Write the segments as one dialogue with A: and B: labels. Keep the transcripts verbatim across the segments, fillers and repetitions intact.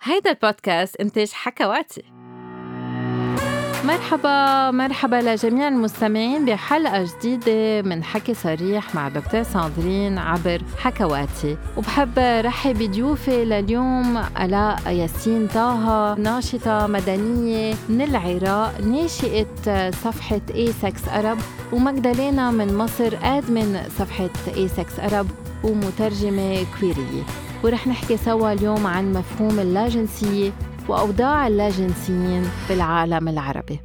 A: هيدا البودكاست إنتاج حكواتي. مرحبا مرحبا لجميع المستمعين بحلقة جديدة من حكي صريح مع دكتور ساندرين عبر حكواتي. وبحب رحب بضيوفي لليوم آلاء ياسين طه، ناشطة مدنية من العراق، ناشئة صفحة ايسكس أرب، ومجدلينا من مصر آدمن صفحة ايسكس أرب ومترجمة كويرية. ورح نحكي سوا اليوم عن مفهوم اللاجنسية وأوضاع اللاجنسيين بالعالم العربي.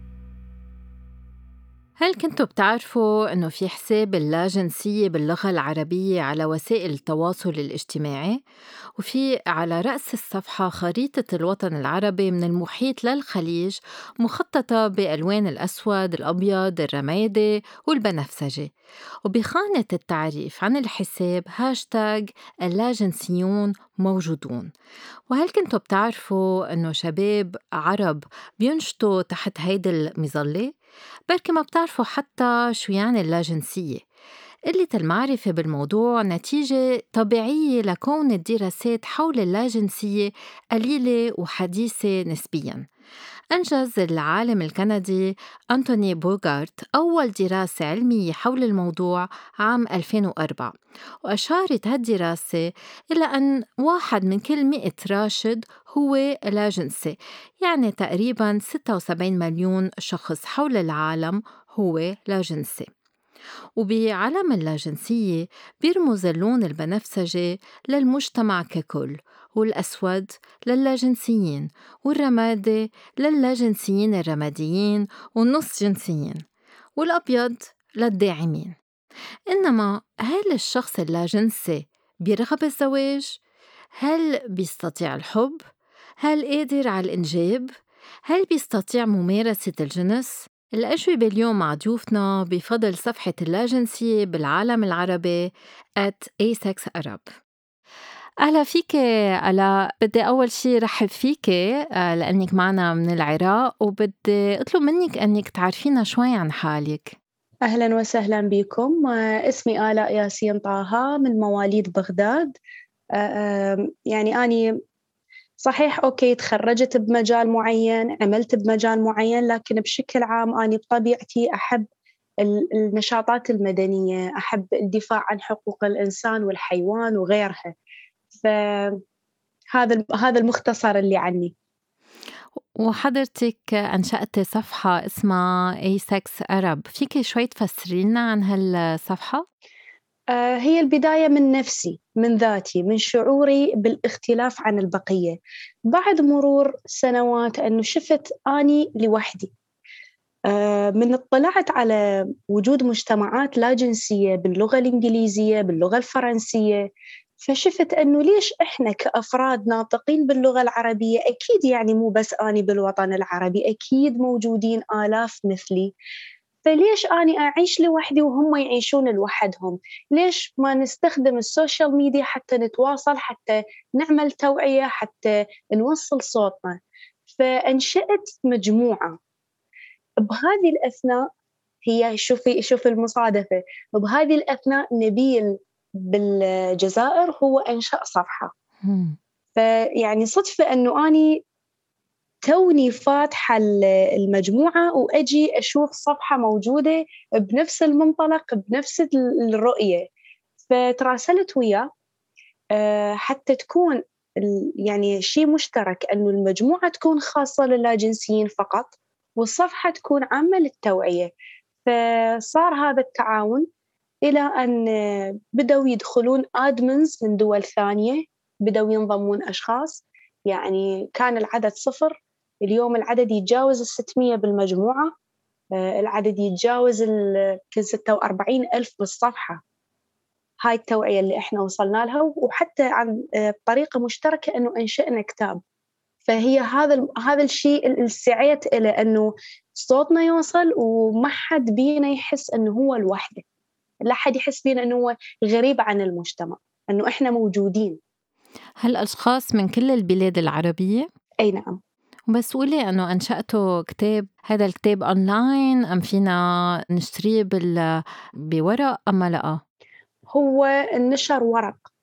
A: هل كنتوا بتعرفوا إنه في حساب اللاجنسية باللغة العربية على وسائل التواصل الاجتماعي؟ وفي على رأس الصفحة خريطة الوطن العربي من المحيط للخليج، مخططة بألوان الأسود، الأبيض، الرمادي والبنفسجي. وبخانة التعريف عن الحساب هاشتاج اللاجنسيون موجودون. وهل كنتوا بتعرفوا إنه شباب عرب بينشطوا تحت هيدي المظلة؟ بركي ما بتعرفوا حتى شو يعني اللاجنسية. قلة المعرفة بالموضوع نتيجة طبيعية لكون الدراسات حول اللاجنسية قليلة وحديثة نسبياً. أنجز العالم الكندي أنتوني بوغارت أول دراسة علمية حول الموضوع عام ألفين وأربعة، وأشارت هالدراسة إلى أن واحد من كل مئة راشد هو لاجنسي، يعني تقريباً ستة وسبعين مليون شخص حول العالم هو لاجنسي. وبعالم اللاجنسية بيرمز اللون البنفسجي للمجتمع ككل، والأسود للاجنسيين، والرمادي للاجنسيين الرماديين والنص جنسيين، والأبيض للداعمين. إنما هل الشخص اللاجنسي بيرغب الزواج؟ هل بيستطيع الحب؟ هل قادر على الإنجاب؟ هل بيستطيع ممارسة الجنس؟ الأجوبة اليوم مع ضيوفنا بفضل صفحة اللاجنسية بالعالم العربي at ايسكس أرب. أهلا فيك آلاء. بدي أول شي رحب فيك لأنك معنا من العراق، وبدي أطلب منك أنك تعرفينا شوي عن حالك.
B: أهلاً وسهلاً بكم. اسمي آلاء ياسين طه، من مواليد بغداد. يعني أني صحيح أوكي تخرجت بمجال معين، عملت بمجال معين، لكن بشكل عام أني بطبيعتي أحب النشاطات المدنية، أحب الدفاع عن حقوق الإنسان والحيوان وغيرها. فهذا هذا المختصر اللي عني.
A: وحضرتك أنشأت صفحة اسمها ايسكس أرب، فيك شوي تفسرينا عن هالصفحة؟
B: هي البداية من نفسي، من ذاتي، من شعوري بالاختلاف عن البقية. بعد مرور سنوات أنه شفت أني لوحدي، من اطلعت على وجود مجتمعات لا جنسية باللغة الإنجليزية، باللغة الفرنسية، فشفت أنه ليش إحنا كأفراد ناطقين باللغة العربية، أكيد يعني مو بس أني بالوطن العربي، أكيد موجودين آلاف مثلي، فليش أني أعيش لوحدي وهم يعيشون لوحدهم؟ ليش ما نستخدم السوشيال ميديا حتى نتواصل، حتى نعمل توعية، حتى نوصل صوتنا؟ فأنشأت مجموعة. بهذه الأثناء هي شوفي شوفي المصادفة، بهذه الأثناء نبيل بالجزائر هو أنشأ صفحة. فيعني صدفة أنه أني توني فاتحة المجموعة وأجي أشوف صفحة موجودة بنفس المنطلق بنفس الرؤية، فتراسلت وياه حتى تكون يعني شيء مشترك، أنه المجموعة تكون خاصة للاجنسيين فقط والصفحة تكون عامة للتوعية. فصار هذا التعاون إلى أن بدأوا يدخلون آدمنز من دول ثانية، بدأوا ينضمون أشخاص، يعني كان العدد صفر، اليوم العدد يتجاوز الستمية بالمجموعة، العدد يتجاوز ستة وأربعين ألف بالصفحة. هاي التوعية اللي إحنا وصلنا لها، وحتى عن طريقة مشتركة أنه أنشأنا كتاب. فهي هذا هذا الشيء اللي سعيت إلى أنه صوتنا يوصل وما حد بينا يحس أنه هو لوحده، لا حد يحس بينا أنه هو غريب عن المجتمع، أنه إحنا موجودين.
A: هل أشخاص من كل البلاد العربية؟
B: أي نعم.
A: بس قولي أنه أنشأته كتاب، هذا الكتاب أونلاين أم فينا نشتريه بال... بورق أم لا؟
B: هو النشر ورق،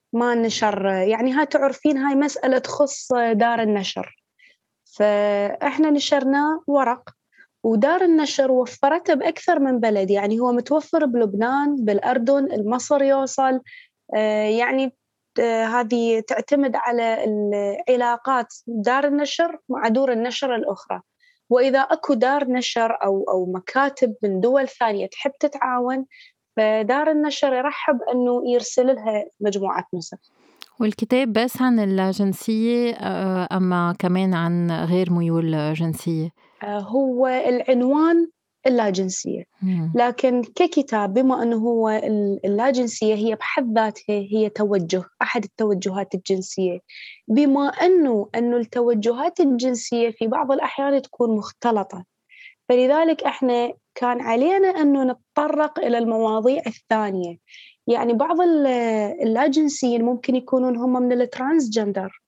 B: ما نشر، يعني هاي تعرفين هاي مسألة تخص دار النشر، فإحنا نشرناه ورق، ودار النشر وفرته بأكثر من بلد، يعني هو متوفر بلبنان، بالأردن، المصر يوصل. آه، يعني آه، هذه تعتمد على العلاقات دار النشر مع دور النشر الأخرى، وإذا أكو دار نشر أو أو مكاتب من دول ثانية تحب تتعاون، فدار النشر يرحب أنه يرسل لها مجموعة نسخ.
A: والكتاب بس عن الجنسية آه، أما كمان عن غير ميول جنسية؟
B: آه، هو العنوان اللاجنسية،
A: مم.
B: لكن ككتاب بما أنه هو اللاجنسية هي بحد ذاتها هي توجه، أحد التوجهات الجنسية، بما أنه أنه التوجهات الجنسية في بعض الأحيان تكون مختلطة، فلذلك إحنا كان علينا أنه نتطرق إلى المواضيع الثانية. يعني بعض اللاجنسيين ممكن يكونون هم من الترانسجندر،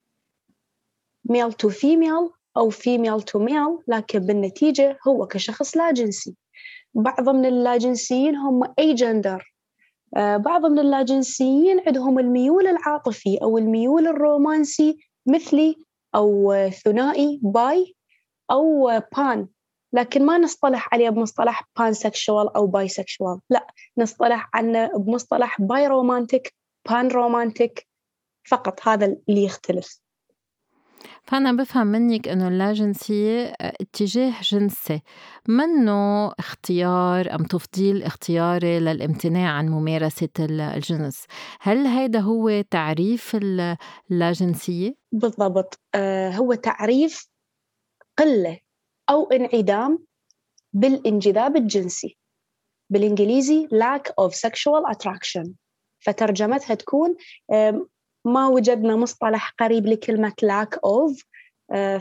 B: ميل تو فيميل أو فيميل تو ميل، لكن بالنتيجة هو كشخص لا جنسي. بعض من اللاجنسيين هم أي جندر. آه بعض من اللاجنسيين عندهم الميول العاطفي أو الميول الرومانسي مثلي، أو آه ثنائي باي، أو آه بان، لكن ما نصطلح عليه بمصطلح بان سكشوال أو باي سكشوال، لا، نصطلح عنه بمصطلح باي رومانتك، بان رومانتك فقط، هذا اللي يختلف.
A: فأنا بفهم منك إنه اللاجنسية آه، اتجاه جنسي، منه اختيار أم تفضيل اختياري للامتناع عن ممارسة ال- الجنس. هل هيدا هو تعريف ال- اللاجنسية؟
B: بالضبط. آه هو تعريف قلة أو انعدام بالانجذاب الجنسي، بالإنجليزي lack of sexual attraction، فترجمتها تكون آه ما وجدنا مصطلح قريب لكلمة lack of، آه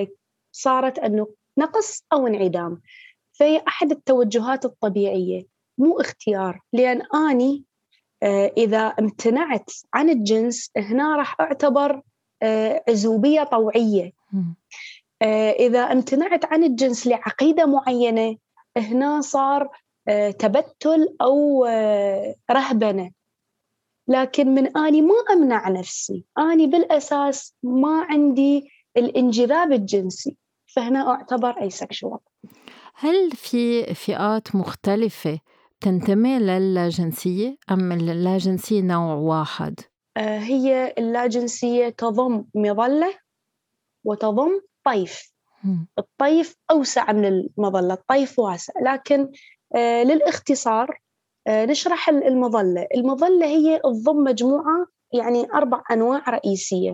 B: فصارت أنه نقص أو انعدام. فهي أحد التوجهات الطبيعية، مو اختيار، لأن أني آه إذا امتنعت عن الجنس هنا راح أعتبر آه عزوبية طوعية.
A: مم.
B: آه إذا امتنعت عن الجنس لعقيدة معينة هنا صار آه تبتل أو آه رهبنة. لكن من أني ما أمنع نفسي، أني بالأساس ما عندي الانجذاب الجنسي، فهنا أعتبر أي سكشوال.
A: هل في فئات مختلفة تنتمي للاجنسية أم اللاجنسية نوع واحد؟
B: آه هي اللاجنسية تضم مظلة وتضم طيف.
A: مم.
B: الطيف أوسع من المظلة، الطيف واسع، لكن آه للاختصار آه نشرح المظلة. المظلة هي تضم مجموعة، يعني أربع أنواع رئيسية،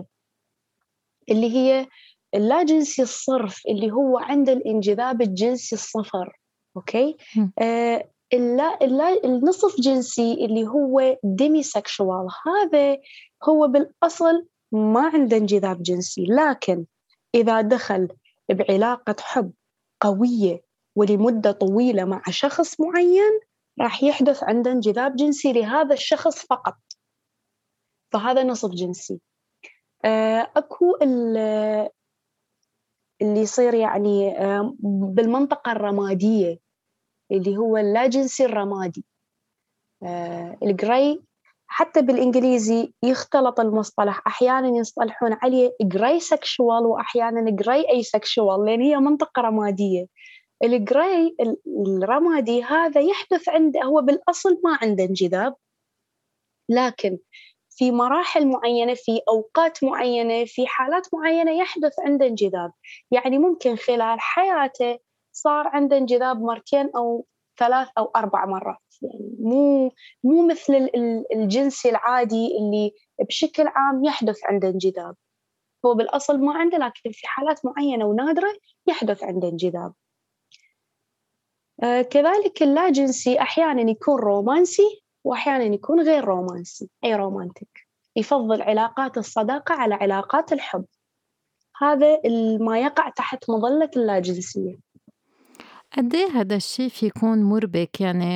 B: اللي هي اللاجنسي الصرف اللي هو عند الانجذاب الجنسي الصفر، أوكي.
A: مم.
B: آه اللا اللا النصف جنسي اللي هو ديمي سكشوال، هذا هو بالأصل ما عنده انجذاب جنسي، لكن إذا دخل بعلاقة حب قوية ولمدة طويلة مع شخص معين راح يحدث عنده انجذاب جنسي لهذا الشخص فقط، فهذا نصف جنسي. آه، أكو اللي يصير يعني آه، بالمنطقة الرمادية، اللي هو اللاجنسي الرمادي، آه، الجراي. حتى بالإنجليزي يختلط المصطلح، أحيانا يصطلحون عليه جراي سكشوال وأحيانا جراي أي سكشوال، لأن هي منطقة رمادية. الجراي الرمادي هذا يحدث عنده، هو بالأصل ما عنده انجذاب، لكن في مراحل معينة، في أوقات معينة، في حالات معينة يحدث عنده انجذاب. يعني ممكن خلال حياته صار عنده انجذاب مرتين أو ثلاث أو أربع مرات، يعني مو مو مثل الجنسي العادي اللي بشكل عام يحدث عنده انجذاب. هو بالأصل ما عنده، لكن في حالات معينة ونادرة يحدث عنده انجذاب. آه كذلك اللاجنسي أحيانا يكون رومانسي وأحيانا يكون غير رومانسي، أي رومانتك، يفضل علاقات الصداقة على علاقات الحب. هذا ما يقع تحت مظلة اللاجنسية.
A: قد ايه هذا الشيء في يكون مربك؟ يعني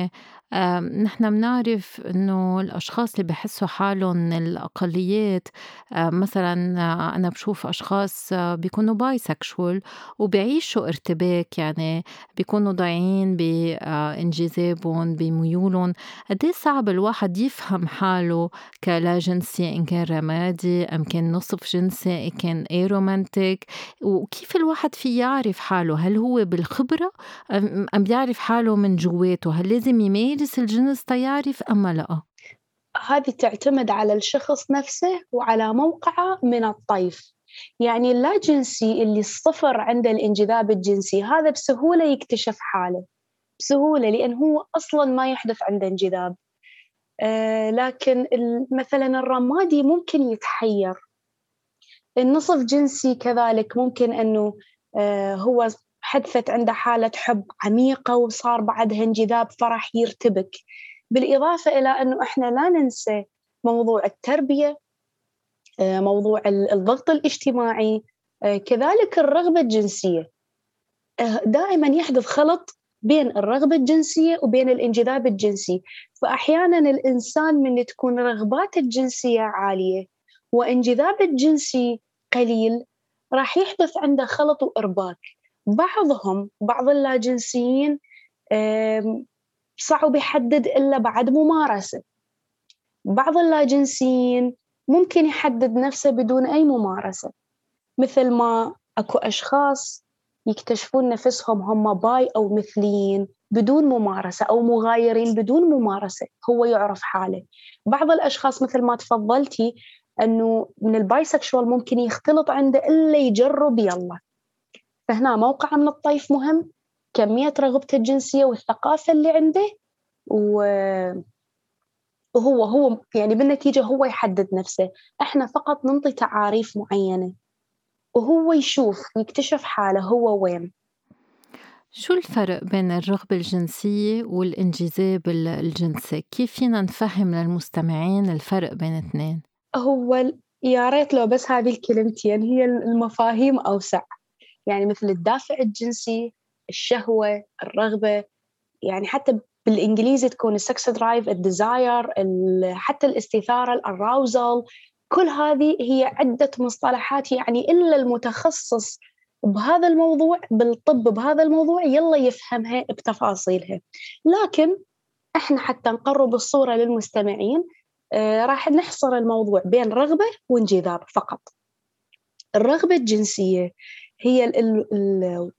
A: آم، نحن بنعرف إنه الأشخاص اللي بحسوا حالهم من الأقليات، آه، مثلا آه، أنا بشوف أشخاص آه، بيكونوا بايسكشوال وبيعيشوا ارتباك، يعني بيكونوا ضايعين بانجذابهم بميولهم. قديه صعب الواحد يفهم حاله كلا جنسي، إن كان رمادي أم كان نصف جنسي، إن كان ايرومانتيك، وكيف الواحد في يعرف حاله؟ هل هو بالخبرة أم أم بيعرف حاله من جواته؟ هل لازم يمارس الجنس تيعرف أما لأ؟
B: هذه تعتمد على الشخص نفسه وعلى موقعه من الطيف. يعني اللاجنسي اللي الصفر عنده الانجذاب الجنسي هذا بسهولة يكتشف حاله بسهولة، لأن هو أصلا ما يحدث عنده انجذاب. آه لكن ال- مثلا الرمادي ممكن يتحير. النصف جنسي كذلك ممكن أنه آه هو حدثت عنده حالة حب عميقة وصار بعدها انجذاب فراح يرتبك. بالإضافة إلى أنه إحنا لا ننسى موضوع التربية، آه موضوع ال- الضغط الاجتماعي، آه كذلك الرغبة الجنسية. آه دائما يحدث خلط بين الرغبة الجنسية وبين الانجذاب الجنسي. فأحيانا الإنسان من تكون رغباته الجنسية عالية وانجذابه الجنسي قليل راح يحدث عنده خلط وإرباك. بعضهم بعض اللاجنسيين آم، صعب يحدد إلا بعد ممارسة. بعض اللاجنسيين ممكن يحدد نفسه بدون أي ممارسة، مثل ما أكو أشخاص يكتشفون نفسهم هم باي أو مثليين بدون ممارسة، أو مغايرين بدون ممارسة هو يعرف حاله. بعض الأشخاص مثل ما تفضلتي أنه من البايسكشوال ممكن يختلط عنده إلا يجرب يلا. فهنا موقع من الطيف مهم، كمية رغبته الجنسية والثقافة اللي عنده، و- وهو هو يعني بالنتيجة هو يحدد نفسه. احنا فقط ننطي تعاريف معينة وهو يشوف ويكتشف حاله هو وين.
A: شو الفرق بين الرغبة الجنسية والانجذاب ال- الجنسي؟ كيف فينا نفهم للمستمعين الفرق بين اثنين؟
B: هو ال- يا ريت لو بس هذه الكلمتين هي المفاهيم أوسع. يعني مثل الدافع الجنسي، الشهوة، الرغبة. يعني حتى بالإنجليزي تكون السكس درايف، الديزاير، حتى الاستثارة، الأراوزل. كل هذه هي عدة مصطلحات، يعني إلا المتخصص بهذا الموضوع بالطب بهذا الموضوع يلا يفهمها بتفاصيلها. لكن احنا حتى نقرب الصورة للمستمعين آه راح نحصر الموضوع بين رغبة وانجذاب فقط. الرغبة الجنسية هي ال ال ال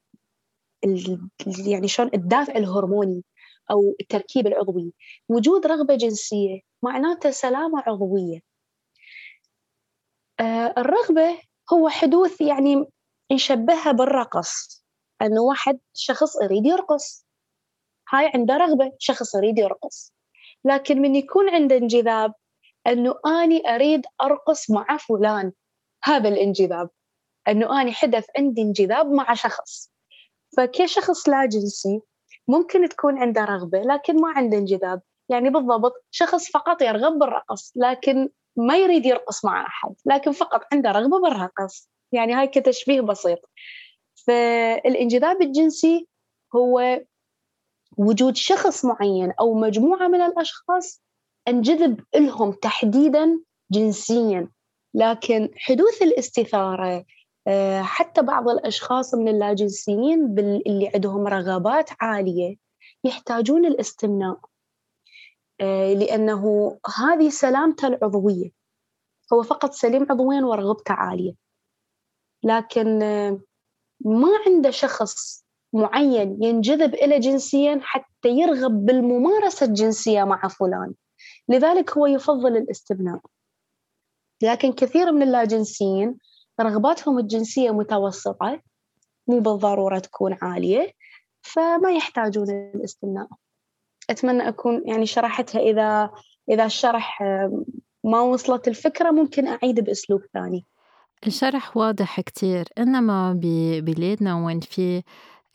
B: ال يعني شلون الدافع الهرموني أو التركيب العضوي. وجود رغبة جنسية معناته سلامة عضوية. آه الرغبة هو حدوث، يعني نشبهها بالرقص، أنه واحد شخص يريد يرقص، هاي عنده رغبة، شخص يريد يرقص. لكن من يكون عنده انجذاب، أنه أني أريد أرقص مع فلان، هذا الانجذاب، أنه أني حدث عندي انجذاب مع شخص. فكشخص لا جنسي ممكن تكون عنده رغبة لكن ما عنده انجذاب. يعني بالضبط شخص فقط يرغب بالرقص لكن ما يريد يرقص مع أحد، لكن فقط عنده رغبة بالرقص. يعني هاي كتشبيه بسيط. فالانجذاب الجنسي هو وجود شخص معين أو مجموعة من الأشخاص انجذب لهم تحديداً جنسياً. لكن حدوث الاستثارة، حتى بعض الأشخاص من اللاجنسيين اللي عندهم رغبات عالية يحتاجون الاستمناء، لأنه هذه سلامته العضوية، هو فقط سليم عضوياً ورغبته عالية. لكن ما عنده شخص معين ينجذب إلى جنسيا حتى يرغب بالممارسة الجنسية مع فلان، لذلك هو يفضل الاستمناء. لكن كثير من اللاجنسيين رغباتهم الجنسية متوسطة، مو بالضرورة تكون عالية، فما يحتاجون الاستمناء. أتمنى أكون يعني شرحتها. إذا إذا الشرح ما وصلت الفكرة ممكن أعيد بأسلوب ثاني.
A: الشرح واضح كتير، إنما ببلادنا وين في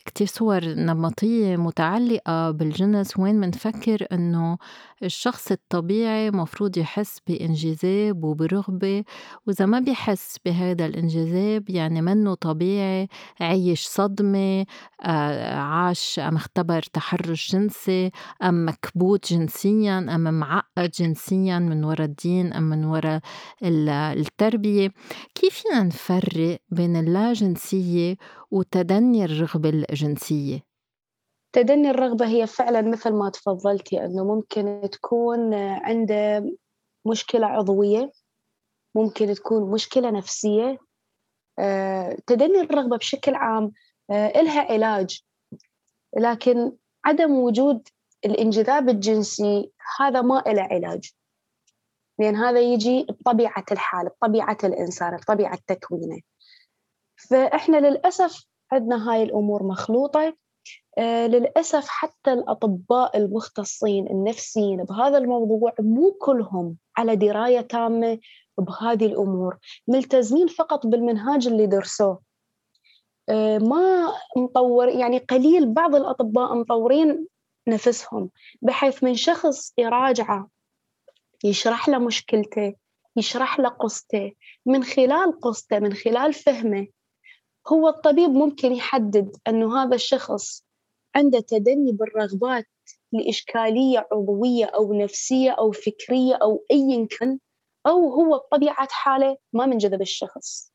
A: كتير صور نمطية متعلقة بالجنس وين منفكر إنه الشخص الطبيعي مفروض يحس بانجذاب وبرغبة، وإذا ما بيحس بهذا الانجذاب يعني منه طبيعي، عيش صدمة، آه، عاش أم اختبر تحرش جنسي، أم مكبوت جنسيا، أم معقد جنسيا من وراء الدين أم من وراء ال- التربية. كيف فينا نفرق بين اللاجنسية وتدني الرغبة الجنسية؟
B: تدني الرغبة هي فعلا مثل ما تفضلتي أنه ممكن تكون عنده مشكلة عضوية، ممكن تكون مشكلة نفسية. آه، تدني الرغبة بشكل عام آه، إلها علاج، لكن عدم وجود الانجذاب الجنسي هذا ما إله علاج، لأن هذا يجي بطبيعة الحال، بطبيعة الإنسان، بطبيعة تكوينه. فإحنا للأسف عندنا هاي الأمور مخلوطة. آه للأسف حتى الأطباء المختصين النفسيين بهذا الموضوع مو كلهم على دراية تامة بهذه الأمور، ملتزمين فقط بالمنهاج اللي درسوه. آه ما مطور، يعني قليل بعض الأطباء مطورين نفسهم بحيث من شخص يراجعه يشرح له مشكلته، يشرح له قصته، من خلال قصته من خلال فهمه هو الطبيب ممكن يحدد أنه هذا الشخص عنده تدني بالرغبات لإشكالية عضوية أو نفسية أو فكرية أو أي كان، أو هو بطبيعة حاله ما منجذب الشخص.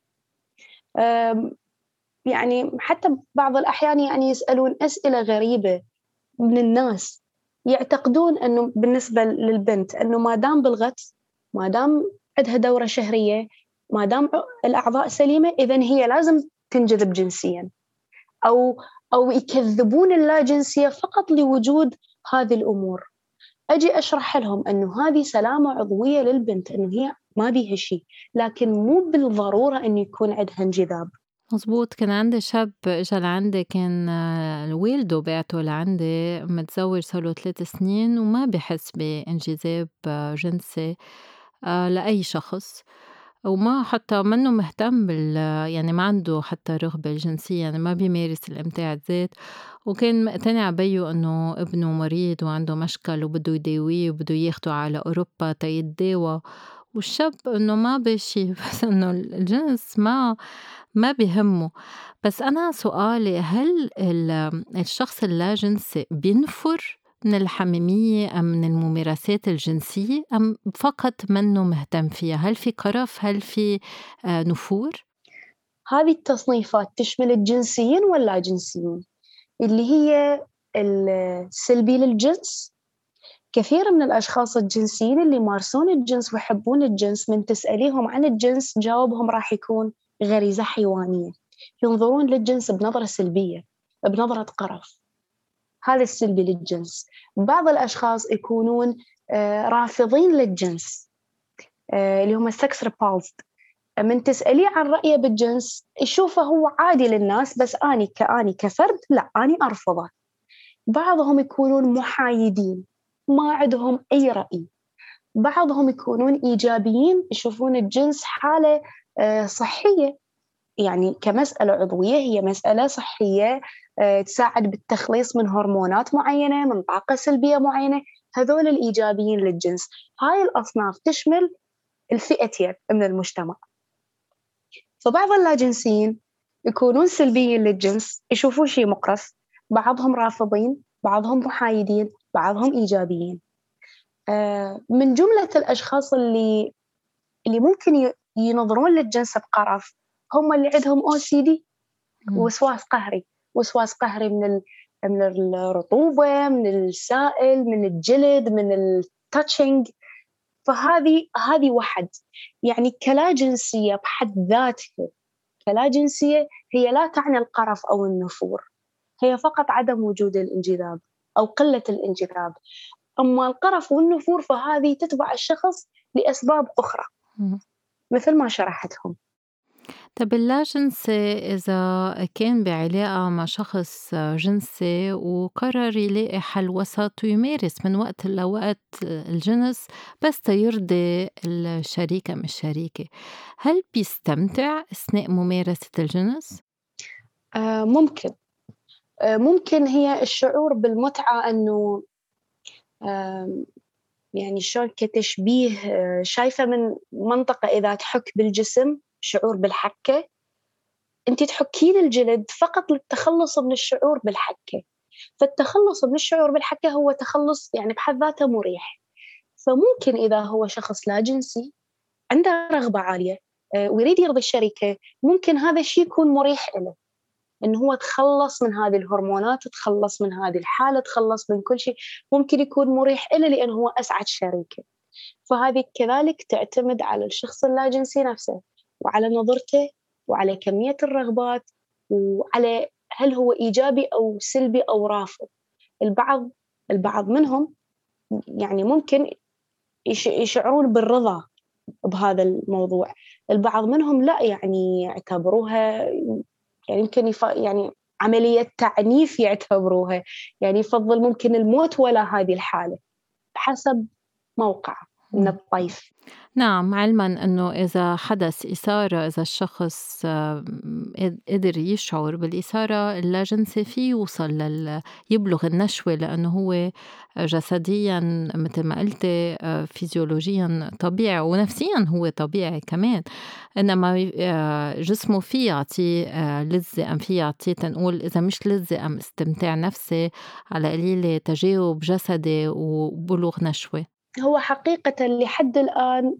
B: يعني حتى بعض الأحيان يعني يسألون أسئلة غريبة من الناس، يعتقدون أنه بالنسبة للبنت أنه ما دام بلغت، ما دام عندها دورة شهرية، ما دام الأعضاء سليمة، إذن هي لازم تنجذب جنسياً، أو أو يكذبون اللاجنسية فقط لوجود هذه الأمور. أجي أشرح لهم أنه هذه سلامة عضوية للبنت، أنه هي ما بيها شيء، لكن مو بالضرورة أنه يكون عندها انجذاب.
A: مزبوط. كان عندي شاب إجا لعندي، كان آه، والده بعته لعندي، متزوج صار ثلاث سنين وما بحس بانجذاب آه، جنسي آه، لأي شخص، وما حتى منه مهتم بال يعني ما عنده حتى رغبة جنسية، يعني ما بيمارس الإمتاع الذات. وكان مقتنع بيو إنه ابنه مريض وعنده مشكل وبده يداويه وبده ياخده على أوروبا تيتداوى، والشاب إنه ما بشي بس إنه الجنس ما ما بيهمه. بس أنا سؤالي، هل ال- الشخص اللاجنسي بينفر من الحميمية أم من الممارسات الجنسية أم فقط منه مهتم فيها؟ هل في قرف؟ هل في آه، نفور؟
B: هذه التصنيفات تشمل الجنسيين واللاجنسيين، اللي هي السلبي للجنس. كثير من الأشخاص الجنسيين اللي يمارسون الجنس ويحبون الجنس، من تسأليهم عن الجنس جوابهم راح يكون غريزة حيوانية، ينظرون للجنس بنظرة سلبية، بنظرة قرف. هذا السلبي للجنس. بعض الأشخاص يكونون آه، رافضين للجنس، آه، اللي هم sex repulsed. من تسأليه عن رأيه بالجنس يشوفه هو عادي للناس، بس أني كأني كفرد لا، أني أرفضه. بعضهم يكونون محايدين، ما عندهم أي رأي. بعضهم يكونون إيجابيين، يشوفون الجنس حالة آه، صحية، يعني كمسألة عضوية هي مسألة صحية، آه، تساعد بالتخليص من هرمونات معينة، من طاقة سلبية معينة. هذول الإيجابيين للجنس. هاي الأصناف تشمل الفئتين من المجتمع. فبعض اللاجنسيين يكونون سلبيين للجنس، يشوفون شيء مقرف، بعضهم رافضين، بعضهم محايدين، بعضهم إيجابيين. آه، من جملة الأشخاص اللي اللي ممكن ينظرون للجنس بقرف هم اللي عندهم أو سي دي، وسواس قهري. وسواس قهري من ال... من الرطوبة، من السائل، من الجلد، من التاتشنج. فهذه هذه واحد، يعني كلا جنسية بحد ذاتها، كلا جنسية هي لا تعني القرف أو النفور، هي فقط عدم وجود الانجذاب أو قلة الانجذاب. أما القرف والنفور فهذه تتبع الشخص لأسباب أخرى مثل ما شرحتهم.
A: طب اللاجنسي إذا كان بعلاقة مع شخص جنسي وقرر يلاقي حل وسط ويمارس من وقت لوقت الجنس بس تيرضي الشريكة مش الشريكة، هل بيستمتع أثناء ممارسة الجنس؟
B: آه ممكن. ممكن هي الشعور بالمتعة أنه يعني شلون كتشبيه، شايفة من منطقة إذا تحك بالجسم شعور بالحكة، أنت تحكين الجلد فقط للتخلص من الشعور بالحكة، فالتخلص من الشعور بالحكة هو تخلص يعني بحد ذاته مريح. فممكن إذا هو شخص لا جنسي عنده رغبة عالية ويريد يرضي الشريكة، ممكن هذا الشيء يكون مريح له، إنه هو تخلص من هذه الهرمونات، تخلص من هذه الحالة، تخلص من كل شيء، ممكن يكون مريح له لأنه هو أسعد شريكه. فهذه كذلك تعتمد على الشخص اللاجنسي نفسه، وعلى نظرته، وعلى كمية الرغبات، وعلى هل هو إيجابي أو سلبي أو رافض. البعض البعض منهم يعني ممكن يشعرون بالرضا بهذا الموضوع، البعض منهم لا، يعني يعتبروها يعني يمكن يف... يعني عملية تعنيف يعتبروها، يعني يفضل ممكن الموت ولا هذه الحالة حسب موقع من الطيف.
A: نعم، علما أنه إذا حدث إثارة، إذا الشخص قدر يشعر بالإثارة اللاجنسي فيه يوصل لل يبلغ النشوة، لأنه هو جسديا مثل ما قلت فيزيولوجيا طبيعي ونفسيا هو طبيعي كمان، إنما جسمه فيه يعطيه لذة أم فيه يعطيه تنقول إذا مش لذة أم استمتاع نفسي على قليلة تجاوب جسدي وبلوغ نشوة.
B: هو حقيقة لحد الآن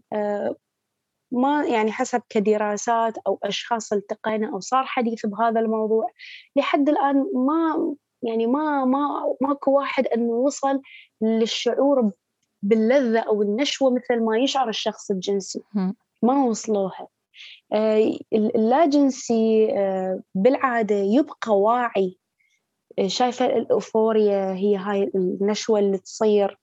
B: ما يعني حسب كدراسات أو أشخاص التقينا أو صار حديث بهذا الموضوع، لحد الآن ما يعني ما ما ماكو واحد إنه وصل للشعور باللذة أو النشوة مثل ما يشعر الشخص الجنسي، ما وصلوها. آه اللاجنسي آه بالعادة يبقى واعي، آه شايفة الأوفوريا هي هاي النشوة اللي تصير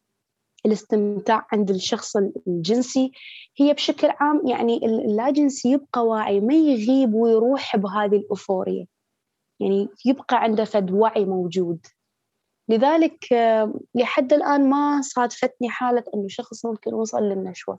B: الاستمتاع عند الشخص الجنسي، هي بشكل عام يعني اللاجنسي يبقى واعي، ما يغيب ويروح بهذه الأوفوريا، يعني يبقى عنده فد وعي موجود. لذلك لحد الآن ما صادفتني حالة أنه شخص ممكن وصل للنشوة،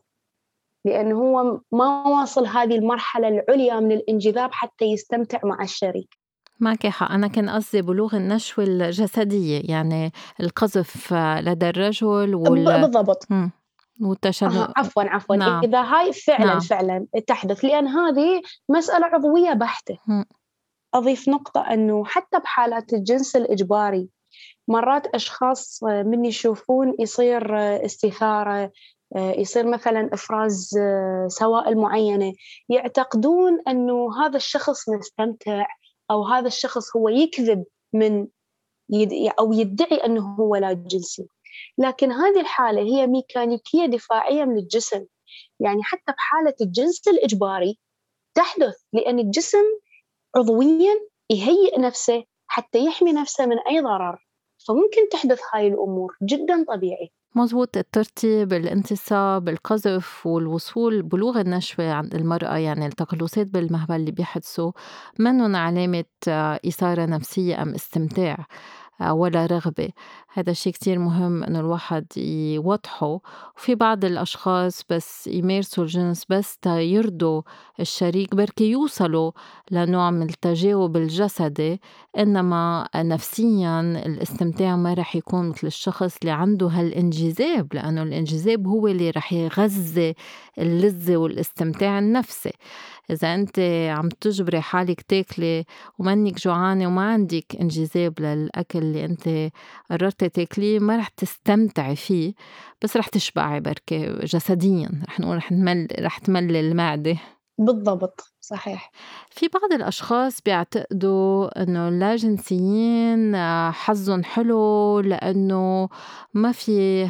B: لأنه هو ما واصل هذه المرحلة العليا من الانجذاب حتى يستمتع مع الشريك.
A: معك حق، أنا كان قصدي بلوغ النشوة الجسدية، يعني القذف لدى الرجل وال
B: بالضبط.
A: والتشنج.
B: آه عفوا عفوا
A: نعم.
B: إذا هاي فعلا
A: نعم.
B: فعلا تحدث، لأن هذه مسألة عضوية بحتة.
A: م.
B: أضيف نقطة أنه حتى بحالات الجنس الإجباري مرات أشخاص من يشوفون يصير استثارة، يصير مثلا إفراز سوائل معينة، يعتقدون أنه هذا الشخص مستمتع أو هذا الشخص هو يكذب من يد أو يدعي أنه هو لا جنسي، لكن هذه الحالة هي ميكانيكية دفاعية من الجسم. يعني حتى بحالة الجنس الإجباري تحدث، لأن الجسم عضوياً يهيئ نفسه حتى يحمي نفسه من أي ضرر، فممكن تحدث هاي الأمور جداً طبيعي.
A: مزبوط، الترتيب، الانتصاب، القذف والوصول بلوغ النشوة عند المرأة، يعني التقلصات بالمهبل اللي بيحدثوا منن علامة إثارة نفسية أم استمتاع ولا رغبة. هذا الشيء كتير مهم إنه الواحد يوضحه. وفي بعض الأشخاص بس يمارسوا الجنس بس تا يرضوا الشريك، بركي يوصلوا لنوع من التجاوب الجسدي، إنما نفسياً الاستمتاع ما رح يكون مثل الشخص اللي عنده هالانجذاب، لأنه الانجذاب هو اللي رح يغذي اللذة والاستمتاع النفسي. إذا أنت عم تجبري حالك تاكلي ومنك جوعانة وما عندك انجذاب للأكل اللي أنت قررتي تاكليه، ما رح تستمتعي فيه، بس رح تشبعي بركة جسديا، رح نقول رح تمل رح تملي المعدة.
B: بالضبط، صحيح.
A: في بعض الأشخاص بيعتقدوا إنه اللاجنسيين حظهم حلو لأنه ما في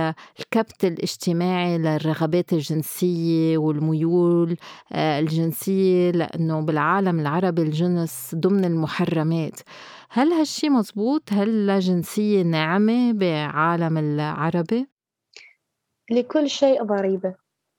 A: هالكبت الاجتماعي للرغبات الجنسية والميول الجنسية، لأنه بالعالم العربي الجنس ضمن المحرمات. هل هالشي مزبوط؟ هل اللاجنسية ناعمة بعالم العربي؟
B: لكل شيء ضريبة،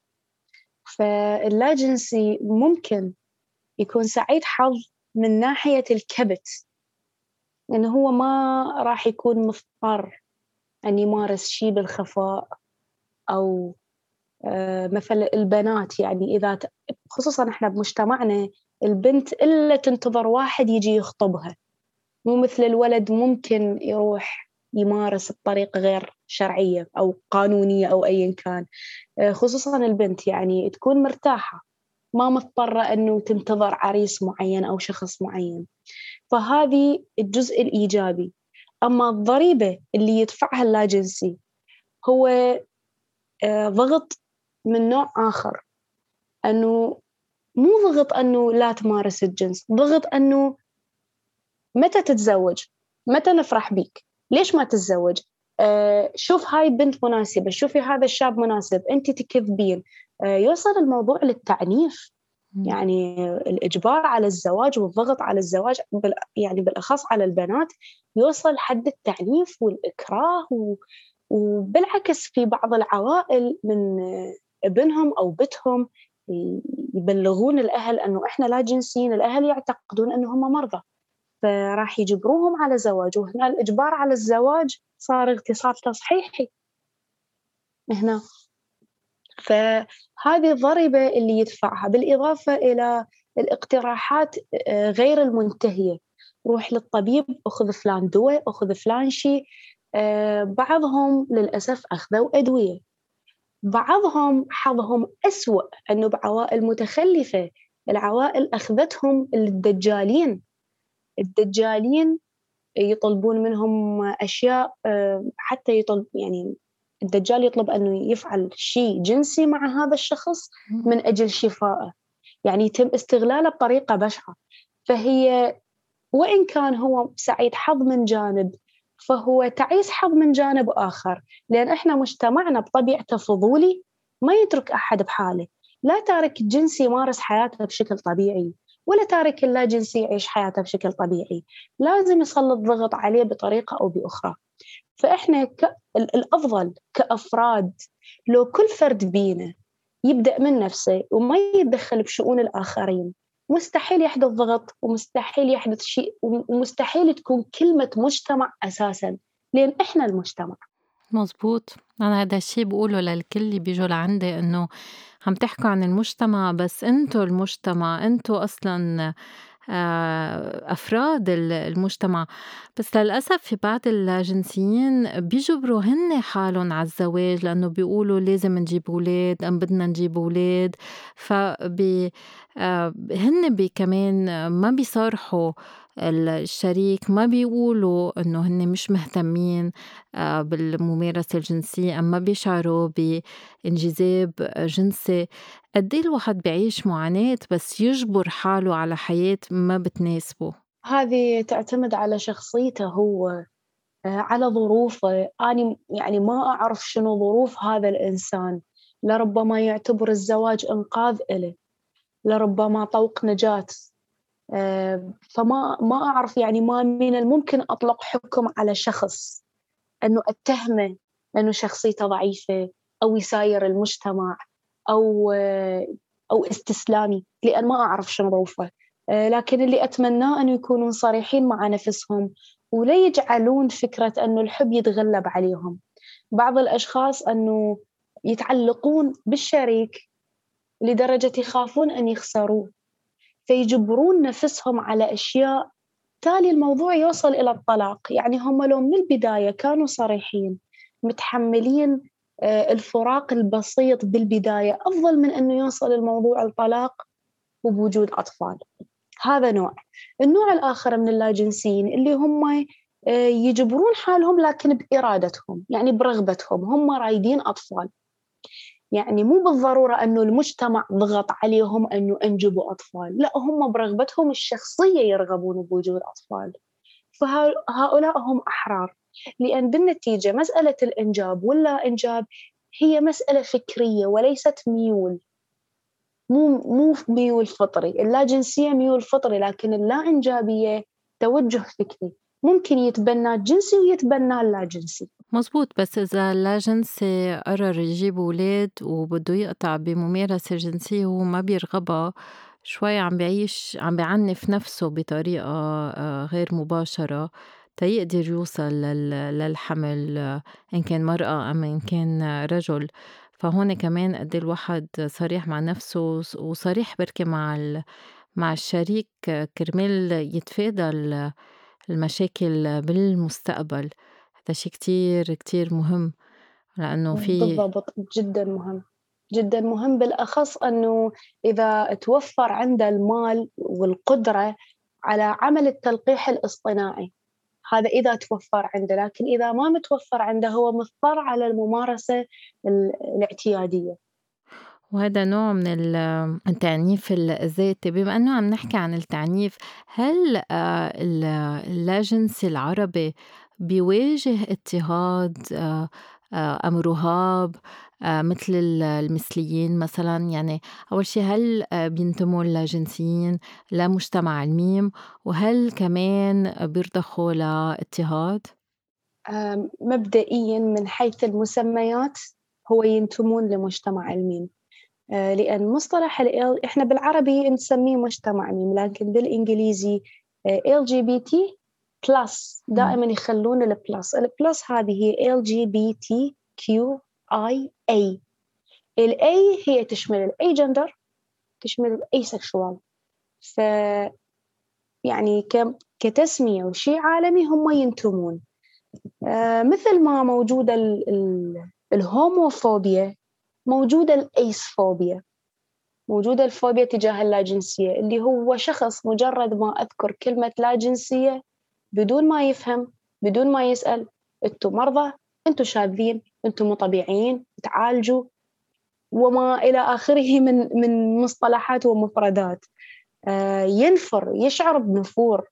B: فاللاجنسي ممكن يكون سعيد حظ من ناحية الكبت، لأنه هو ما راح يكون مضطر أن يمارس شيء بالخفاء، أو آه مثل البنات، يعني إذا ت... خصوصا إحنا بمجتمعنا البنت إلا تنتظر واحد يجي يخطبها، مو مثل الولد ممكن يروح يمارس بطريقة غير شرعية أو قانونية أو أيا كان. خصوصا البنت يعني تكون مرتاحة، ما مضطرة أنه تنتظر عريس معين أو شخص معين. فهذه الجزء الإيجابي. أما الضريبة اللي يدفعها اللاجنسي هو آه، ضغط من نوع آخر، أنه مو ضغط أنه لا تمارس الجنس، ضغط أنه متى تتزوج، متى نفرح بيك، ليش ما تتزوج، آه، شوف هاي البنت مناسبة، شوفي هذا الشاب مناسب، أنت تكذبين. آه، يوصل الموضوع للتعنيف،
A: مم.
B: يعني الإجبار على الزواج والضغط على الزواج بال يعني بالأخص على البنات يوصل حد التعنيف والإكراه و وبالعكس في بعض العوائل من ابنهم أو بنتهم يبلغون الأهل إنه إحنا لا جنسيين، الأهل يعتقدون إنهم مرضى، فراح يجبروهم على زواج، وهنا الإجبار على الزواج صار اغتصاب تصحيحي هنا. فهذه الضريبة اللي يدفعها، بالإضافة إلى الاقتراحات آه، غير المنتهية، روح للطبيب، أخذ فلان دواء، أخذ فلان شيء. آه، بعضهم للأسف أخذوا أدوية، بعضهم حظهم أسوأ أنه بعوائل متخلفة، العوائل أخذتهم الدجالين. الدجالين يطلبون منهم أشياء، آه، حتى يطلب يعني الدجال يطلب أنه يفعل شيء جنسي مع هذا الشخص من أجل شفائه، يعني يتم استغلاله بطريقة بشعة. فهي وإن كان هو سعيد حظ من جانب، فهو تعيس حظ من جانب آخر، لأن إحنا مجتمعنا بطبيعته فضولي، ما يترك أحد بحاله، لا تارك الجنسي يمارس حياته بشكل طبيعي، ولا تارك اللا جنسي يعيش حياته بشكل طبيعي، لازم يسلط ضغط عليه بطريقة أو بأخرى. فإحنا ك... الأفضل كأفراد لو كل فرد بينا يبدأ من نفسه وما يتدخل بشؤون الآخرين، مستحيل يحدث ضغط، ومستحيل يحدث شيء، ومستحيل تكون كلمة مجتمع أساساً، لأن إحنا المجتمع.
A: مزبوط. أنا هذا الشي بقوله للكل اللي بيجوا لعندي، إنه عم تحكوا عن المجتمع، بس انتو المجتمع، انتو أصلا آه، أفراد ال- المجتمع. بس للأسف في بعض الجنسيين بيجبروا هن حالهم على الزواج، لأنه بيقولوا لازم نجيب أولاد، أم بدنا نجيب أولاد. فبي آه، هن بي كمان ما بيصارحوا ال- الشريك، ما بيقولوا إنه هن مش مهتمين آه، بالممارسة الجنسية، أما بيشعروا بانجذاب جنسي. قد إيه الواحد بيعيش معاناة بس يجبر حاله على حياة ما بتناسبه.
B: هذه تعتمد على شخصيته هو، آه، على ظروفه. أنا يعني ما أعرف شنو ظروف هذا الإنسان، لربما يعتبر الزواج إنقاذ إله، لربما طوق نجاة. آه، فما ما أعرف، يعني ما من الممكن أطلق حكم على شخص أنه أتهمه أنه شخصيته ضعيفة أو يساير المجتمع أو آه، أو استسلامي، لأن ما أعرف شنو ظروفه. آه، لكن اللي أتمناه أنه يكونون صريحين مع نفسهم، ولا يجعلون فكرة أنه الحب يتغلب عليهم. بعض الأشخاص أنه يتعلقون بالشريك لدرجة يخافون أن يخسروه، فيجبرون نفسهم على أشياء، تالي الموضوع يوصل إلى الطلاق. يعني هم لو من البداية كانوا صريحين متحملين آه، الفراق البسيط بالبداية، أفضل من أنه يوصل الموضوع الطلاق وبوجود أطفال. هذا نوع. النوع الآخر من اللاجنسيين اللي هم آه، يجبرون حالهم لكن بإرادتهم، يعني برغبتهم، هم رايدين أطفال، يعني مو بالضرورة أنه المجتمع ضغط عليهم أنه أنجبوا أطفال، لا، هم برغبتهم الشخصية يرغبون بوجود أطفال. فهؤلاء هم أحرار، لأن بالنتيجة مسألة الإنجاب ولا إنجاب هي مسألة فكرية وليست ميول. مو مو ميول فطري، اللاجنسية ميول فطري، لكن اللا إنجابية توجه فكري، ممكن يتبنى الجنسي ويتبنى اللاجنسي.
A: مزبوط. بس إذا اللاجنسي قرر يجيب ولاد وبده يقطع بممارسة جنسية وهو ما بيرغبها، شوي عم بيعيش عم بيعنف نفسه بطريقة آه، غير مباشرة تيقدر يوصل لل- للحمل، آه، إن كان مرأة أم إن كان رجل. فهون كمان قد إيه الواحد صريح مع نفسه وص- وصريح بركي مع ال- مع الشريك، آه، كرمال يتفادى ال- المشاكل بالمستقبل. هذا شي كتير كتير مهم لأنه في
B: بالضبط، جدًا مهم، جدًا مهم، بالأخص أنه إذا توفّر عنده المال والقدرة على عمل التلقيح الاصطناعي، هذا إذا توفّر عنده، لكن إذا ما متوفّر عنده هو مضطر على الممارسة ال الاعتيادية.
A: وهذا نوع من ال التعنيف ال الذاتي. بما إنه عم نحكي عن التعنيف، هل آآ ال اللاجنسي العربي بيواجه اضطهاد آآ آآ أم رهاب آآ مثل ال المثليين مثلًا؟ يعني أول شي، هل آآ بينتموا اللاجنسيين لمجتمع الميم؟ وهل كمان بيرضخوا لاضطهاد؟
B: آمم، مبدئيًا من حيث المسميات هو ينتمون لمجتمع الميم. آآ لأن مصطلح الL إحنا بالعربي نسميه مجتمع ميم، لكن بالإنجليزي آآ إل جي بي تي plus
A: إمم.
B: دائمًا يخلّون الplus، الplus هذه هي إل جي بي تي كيو آي إيه. الA هي تشمل الأي gender، تشمل الasexual. ف يعني ك كتسمية وشيء عالمي هم ينتمون. آآ مثل ما موجودة ال ال الhomophobia، موجودة الacephobia. موجودة الفوبيا تجاه اللاجنسية، اللي هو شخص مجرد ما أذكر كلمة لاجنسية بدون ما يفهم، بدون ما يسأل، أنتم مرضى، أنتم شاذين، أنتم مو طبيعيين، تعالجوا، وما إلى آخره من من مصطلحات ومفردات. آه، ينفر، يشعر بنفور،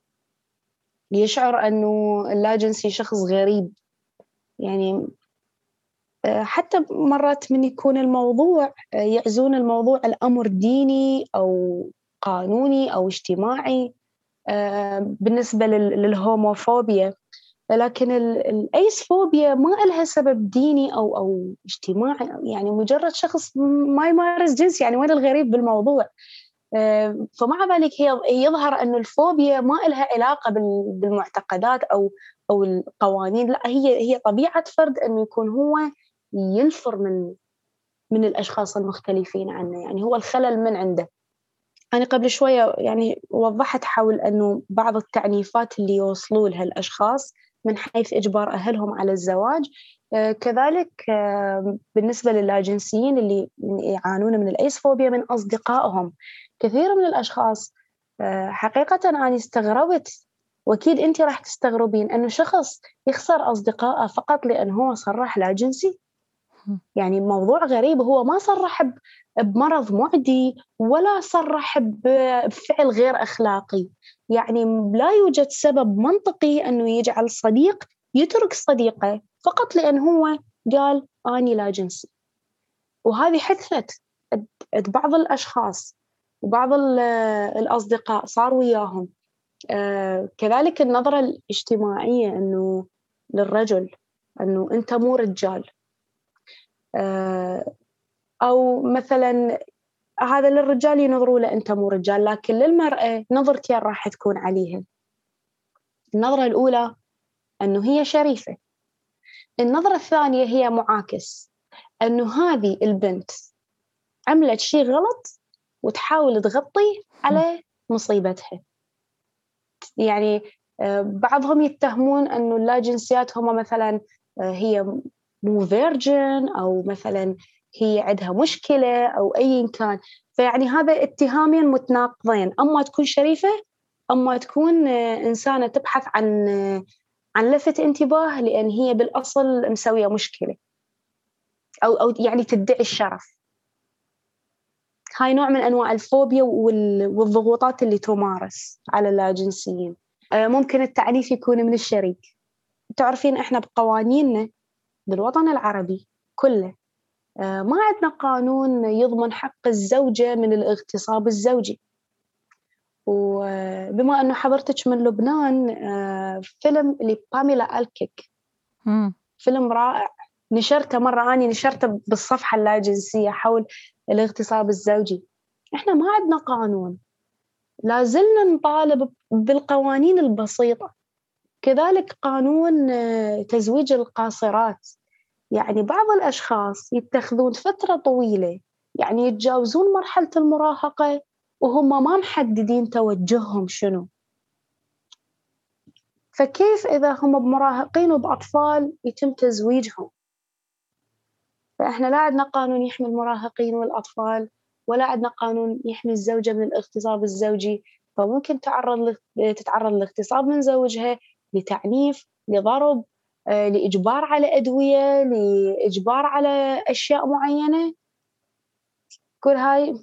B: يشعر أنه اللاجنسي شخص غريب. يعني آه، حتى مرات من يكون الموضوع آه، يعزون الموضوع الأمر ديني أو قانوني أو اجتماعي آه، بالنسبة لل- للهوموفوبيا، لكن ال- الأيسفوبيا ما إلها سبب ديني أو أو اجتماعي، يعني مجرد شخص ما يمارس جنس، يعني وين الغريب بالموضوع؟ آه، فمع ذلك هي يظهر أن الفوبيا ما إلها علاقة بال- بالمعتقدات أو أو القوانين، لا، هي هي طبيعة فرد أنه يكون هو ينفر من من الأشخاص المختلفين عنه، يعني هو الخلل من عنده. أنا قبل شوية يعني وضحت حول أنه بعض التعنيفات اللي يوصلوا لها الأشخاص من حيث إجبار أهلهم على الزواج. آه، كذلك آه، بالنسبة للاجنسيين اللي يعانون من الأيسفوبيا من أصدقائهم، كثير من الأشخاص آه، حقيقة أنا استغربت، وأكيد أنت راح تستغربين، أنه شخص يخسر أصدقائه فقط لأن هو صرح لاجنسي. يعني موضوع غريب، هو ما صرح ب- بمرض معدي ولا صرح ب- بفعل غير أخلاقي. يعني لا يوجد سبب منطقي أنه يجعل صديق يترك صديقه فقط لأن هو قال أني لا جنسي. وهذه حدثت عند عند بعض الأشخاص وبعض ال- الأصدقاء صار وياهم. آه، كذلك النظرة الاجتماعية أنه للرجل أنه أنت مو رجال. آه، أو مثلا هذا للرجال ينظروا له أنت مو رجال، لكن للمرأة نظرتين راح تكون عليها. النظرة الأولى أنه هي شريفة، النظرة الثانية هي معاكس، أنه هذه البنت عملت شيء غلط وتحاول تغطي على مصيبتها. يعني آه، بعضهم يتهمون أنه اللاجنسيات هم مثلا آه، هي مو فيرجن، أو مثلا هي عندها مشكلة أو أي كان. فيعني هذا اتهامين متناقضين، أما تكون شريفة أما تكون آه، إنسانة تبحث عن آه، عن لفت انتباه لأن هي بالأصل مسوية مشكلة، أو أو يعني تدعي الشرف. هاي نوع من أنواع الفوبيا وال- والضغوطات اللي تمارس على اللاجنسيين. آه، ممكن التعنيف يكون من الشريك. تعرفين إحنا بقوانيننا بالوطن العربي كله آه، ما عندنا قانون يضمن حق الزوجة من الاغتصاب الزوجي. وبما أنه حضرتك من لبنان، آه، فيلم لباميلا ألكيك،
A: إمم.
B: فيلم رائع، نشرته مرة، أني نشرته بالصفحة اللاجنسية حول الاغتصاب الزوجي. إحنا ما عندنا قانون، لا زلنا نطالب بالقوانين البسيطة. كذلك قانون آه، تزويج القاصرات، يعني بعض الأشخاص يتخذون فترة طويلة، يعني يتجاوزون مرحلة المراهقة وهم ما محددين توجههم شنو. فكيف إذا هم بمراهقين وبأطفال يتم تزويجهم؟ فإحنا لا عندنا قانون يحمي المراهقين والأطفال، ولا عندنا قانون يحمي الزوجة من الاغتصاب الزوجي، فممكن تعرض تتعرض لاغتصاب من زوجها، لتعنيف، لضرب، آه، لإجبار على أدوية، لإجبار على أشياء معينة، كل هاي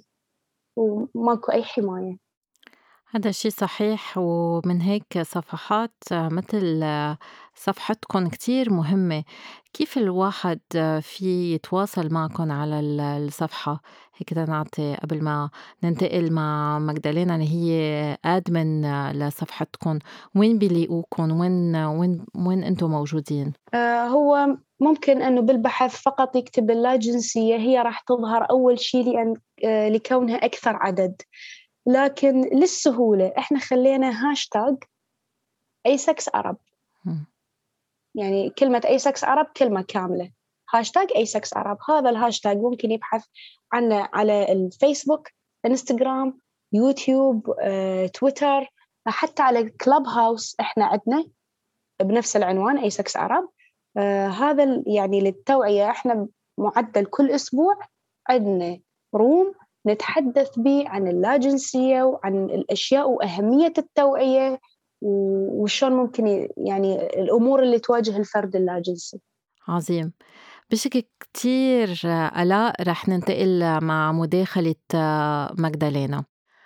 B: وماكو أي حماية.
A: هذا الشي صحيح، ومن هيك صفحات مثل صفحتكن كتير مهمة. كيف الواحد في يتواصل معكن على ال- الصفحة؟ هيك تنعطي قبل ما ننتقل مع مجدلينا اللي هي آدمن لصفحتكن، وين بيلاقوكن؟ وين وين وين انتم موجودين؟
B: آه، هو ممكن أنه بالبحث فقط يكتب اللاجنسية، هي راح تظهر أول شيء لأن آه، لكونها أكثر عدد. لكن للسهولة إحنا خلينا هاشتاج أيسكس عرب،
A: مم.
B: يعني كلمة أيسكس عرب كلمة كاملة، هاشتاج أيسكس عرب. هذا الهاشتاج ممكن يبحث عنه على الفيسبوك، انستغرام، يوتيوب، آه، تويتر، حتى على كلاب هاوس إحنا عندنا بنفس العنوان أيسكس عرب. آه، هذا ال- يعني للتوعية. إحنا معدل كل أسبوع عندنا روم نتحدث به عن اللاجنسية وعن الأشياء وأهمية التوعية و- وشون ممكن ي- يعني الأمور اللي تواجه الفرد اللاجنسي.
A: عظيم. بشكل كتير آلاء رح ننتقل مع مداخلة مجدلينا.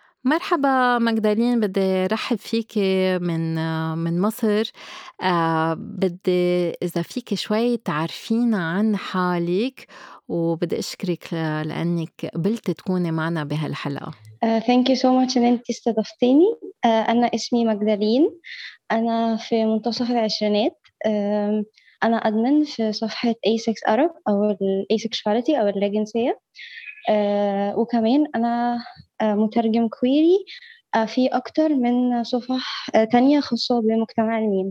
A: مرحبا مجدلين، بدي رحب فيك من من مصر. آه بدي إذا فيك شوي تعرفينا عن حالك، وبدي أشكرك ل- لأنك قبلت تكوني معنا بهالحلقة.
C: Uh, thank you so much إن أنتي استضفتيني. uh, أنا اسمي مجدلين، أنا في منتصف العشرينات. um, أنا أدمن في صفحة A6 Arab أو ال Asexuality أو اللاجنسية. uh, وكمان أنا uh, مترجم كويري uh, في أكتر من صفح uh, تانية خاصة بمجتمع الميم.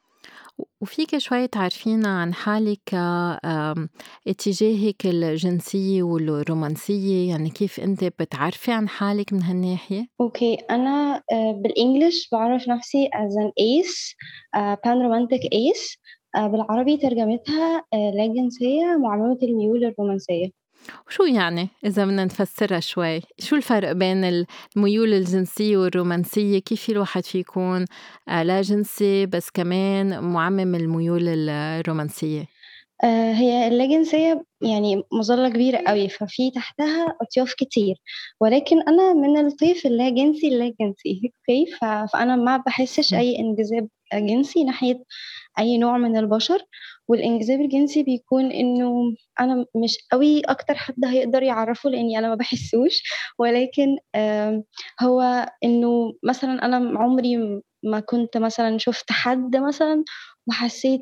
A: وفيك شوي تعرفينا عن حالك، آم، اتجاهك الجنسية والرومانسية، يعني كيف أنت بتعرفي عن حالك من هالناحية؟
C: اوكي، انا آه، بالانجلش بعرف نفسي as an ace، آه، pan romantic ace. آه، بالعربي ترجمتها آه، لا جنسية معاملة الميول الرومانسية.
A: وشو يعني إذا بدنا نفسرها شوي؟ شو الفرق بين الميول الجنسية والرومانسية؟ كيف الواحد في يكون آه، لا جنسي بس كمان معمم الميول الرومانسية؟
C: آه، هي اللاجنسية يعني مظلة كبيرة قوي، ففي تحتها أطياف كتير، ولكن أنا من الطيف اللاجنسي اللاجنسي اوكي. ف- فأنا ما بحسش أي انجذاب جنسي ناحية أي نوع من البشر. والانجذاب الجنسي بيكون إنه أنا مش قوي أكتر حد هيقدر يعرفه لأني أنا ما بحسوش، ولكن آم، هو إنه مثلا أنا عمري ما كنت مثلا شفت حد مثلا وحسيت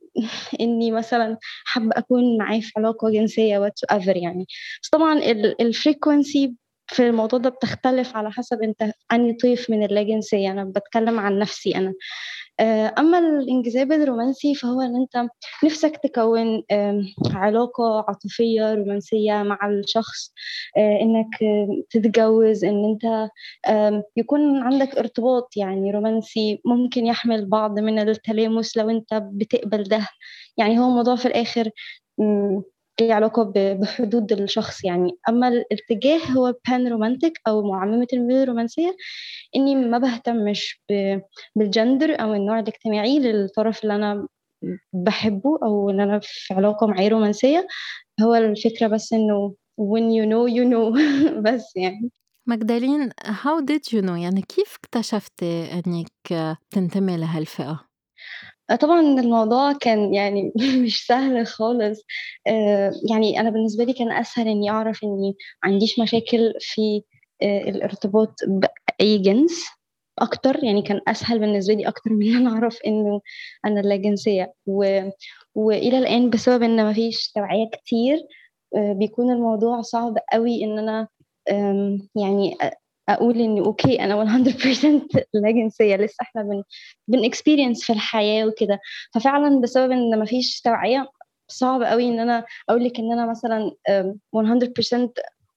C: إني مثلا حابة أكون معاه في علاقة جنسية whatsoever يعني. بس طبعا الفريكونسي في الموضوع ده بتختلف على حسب انت أنهي طيف من اللاجنسية. أنا بتكلم عن نفسي أنا. آه، أما الانجذاب الرومانسي فهو إن أنت نفسك تكون آم، علاقة عاطفية رومانسية مع الشخص، آه، إنك آم، تتجوز، إن أنت آم، يكون عندك ارتباط يعني رومانسي ممكن يحمل بعض من التلامس لو أنت بتقبل ده. يعني هو الموضوع في الآخر مم، ليه علاقة ب- بحدود الشخص يعني. أما الاتجاه هو بان رومانتك أو معممة الميول الرومانسية، إني ما بهتمش ب- بالجندر أو النوع الاجتماعي للطرف اللي أنا بحبه أو إن أنا في علاقة معاه رومانسية. هو الفكرة بس إنه when you know you know بس يعني.
A: مجدلين، how did you know؟ يعني كيف اكتشفتي أنك تنتمي لهالفئة؟
C: آه، طبعا الموضوع كان يعني مش سهل خالص. آه، يعني أنا بالنسبة لي كان أسهل إني أعرف إني ما عنديش مشاكل في آه، الارتباط بأي جنس أكتر. يعني كان أسهل بالنسبة لي أكتر من إن أنا أعرف إنه أنا لا جنسية و... وإلى الآن بسبب إن مفيش توعية كتير آه، بيكون الموضوع صعب قوي إن أنا آم، يعني أ- أقول إني أوكي أنا مية بالمية لا جنسية. لسه إحنا بن بن experience في الحياة وكده. ففعلا بسبب إن مفيش توعية صعب قوي إن أنا أقول لك إن أنا مثلا آم، مية بالمية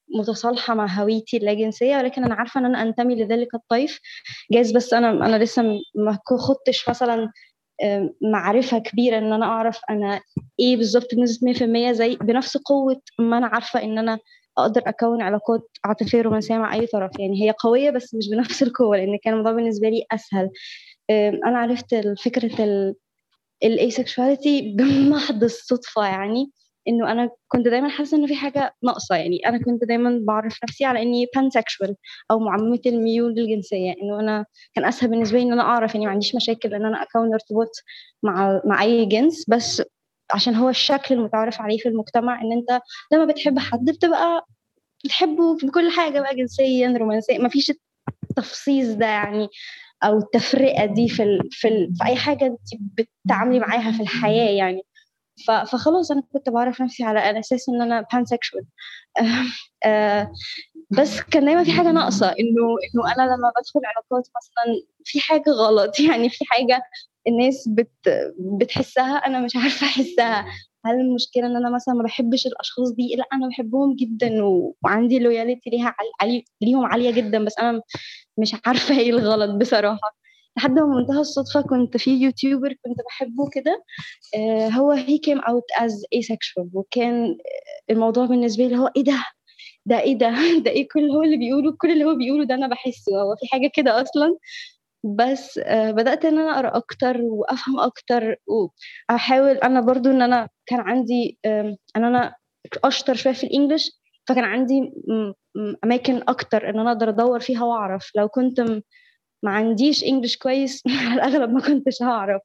C: متصالحة مع هويتي اللاجنسية، ولكن أنا عارفة إن أنا أنتمي لذلك الطيف. جايز بس أنا أنا لسه ما خدتش مثلا معرفة كبيرة إن أنا أعرف أنا إيه بالظبط بنسبة مية في المية، زي بنفس قوة ما أنا عارفة إن أنا أقدر أكون علاقات عاطفية رومانسية مع أي طرف. يعني هي قوية بس مش بنفس القوة، لأن كان الموضوع بالنسبة لي أسهل. أنا عرفت فكرة الأيسكشواليتي بمحض الصدفة، يعني إنه أنا كنت دايما حاسة إنه في حاجة ناقصة. يعني أنا كنت دايما بعرف نفسي على إني pansexual أو معممة الميول الجنسية، إنه أنا كان أسهل بالنسبة لي إن أنا أعرف إني ما عنديش مشاكل إن أنا أكون ارتباط مع مع أي جنس، بس عشان هو الشكل المتعارف عليه في المجتمع إن أنت لما بتحب حد بتبقى بتحبه بكل حاجة بقى، جنسيا رومانسيا، ما فيش التفصيص ده يعني او التفرقه دي في ال... في, ال... في اي حاجه انت بتتعاملي معاها في الحياه يعني. ف... فخلاص انا كنت بعرف نفسي على على اساس ان انا pansexual. آه بس كان دايما في حاجه ناقصه، انه انه انا لما بدخل علاقات مثلا في حاجه غلط، يعني في حاجه الناس بت... بتحسها انا مش عارفه احسها. هل المشكله ان انا مثلا ما بحبش الاشخاص دي؟ لا، انا بحبهم جدا و... وعندي لويالتي ليها عالي... ليهم عاليه جدا، بس انا مش عارفة ايه الغلط بصراحة. لحد ما منتهى الصدفة كنت في يوتيوبر كنت بحبه كده، آه هو he came out as asexual، وكان الموضوع بالنسبة لي هو ايه ده ده ايه ده ده ايه كل هو اللي بيقوله كل اللي هو بيقوله ده انا بحسه هو في حاجة كده اصلا. بس آه بدأت ان انا اقرا اكتر وافهم اكتر، واحاول انا برضو ان انا كان عندي آه ان انا اشطر شوية في الانجليش، فكان عندي اماكن اكتر ان انا اقدر ادور فيها واعرف. لو كنت ما عنديش انجليش كويس على الاغلب ما كنتش هعرف.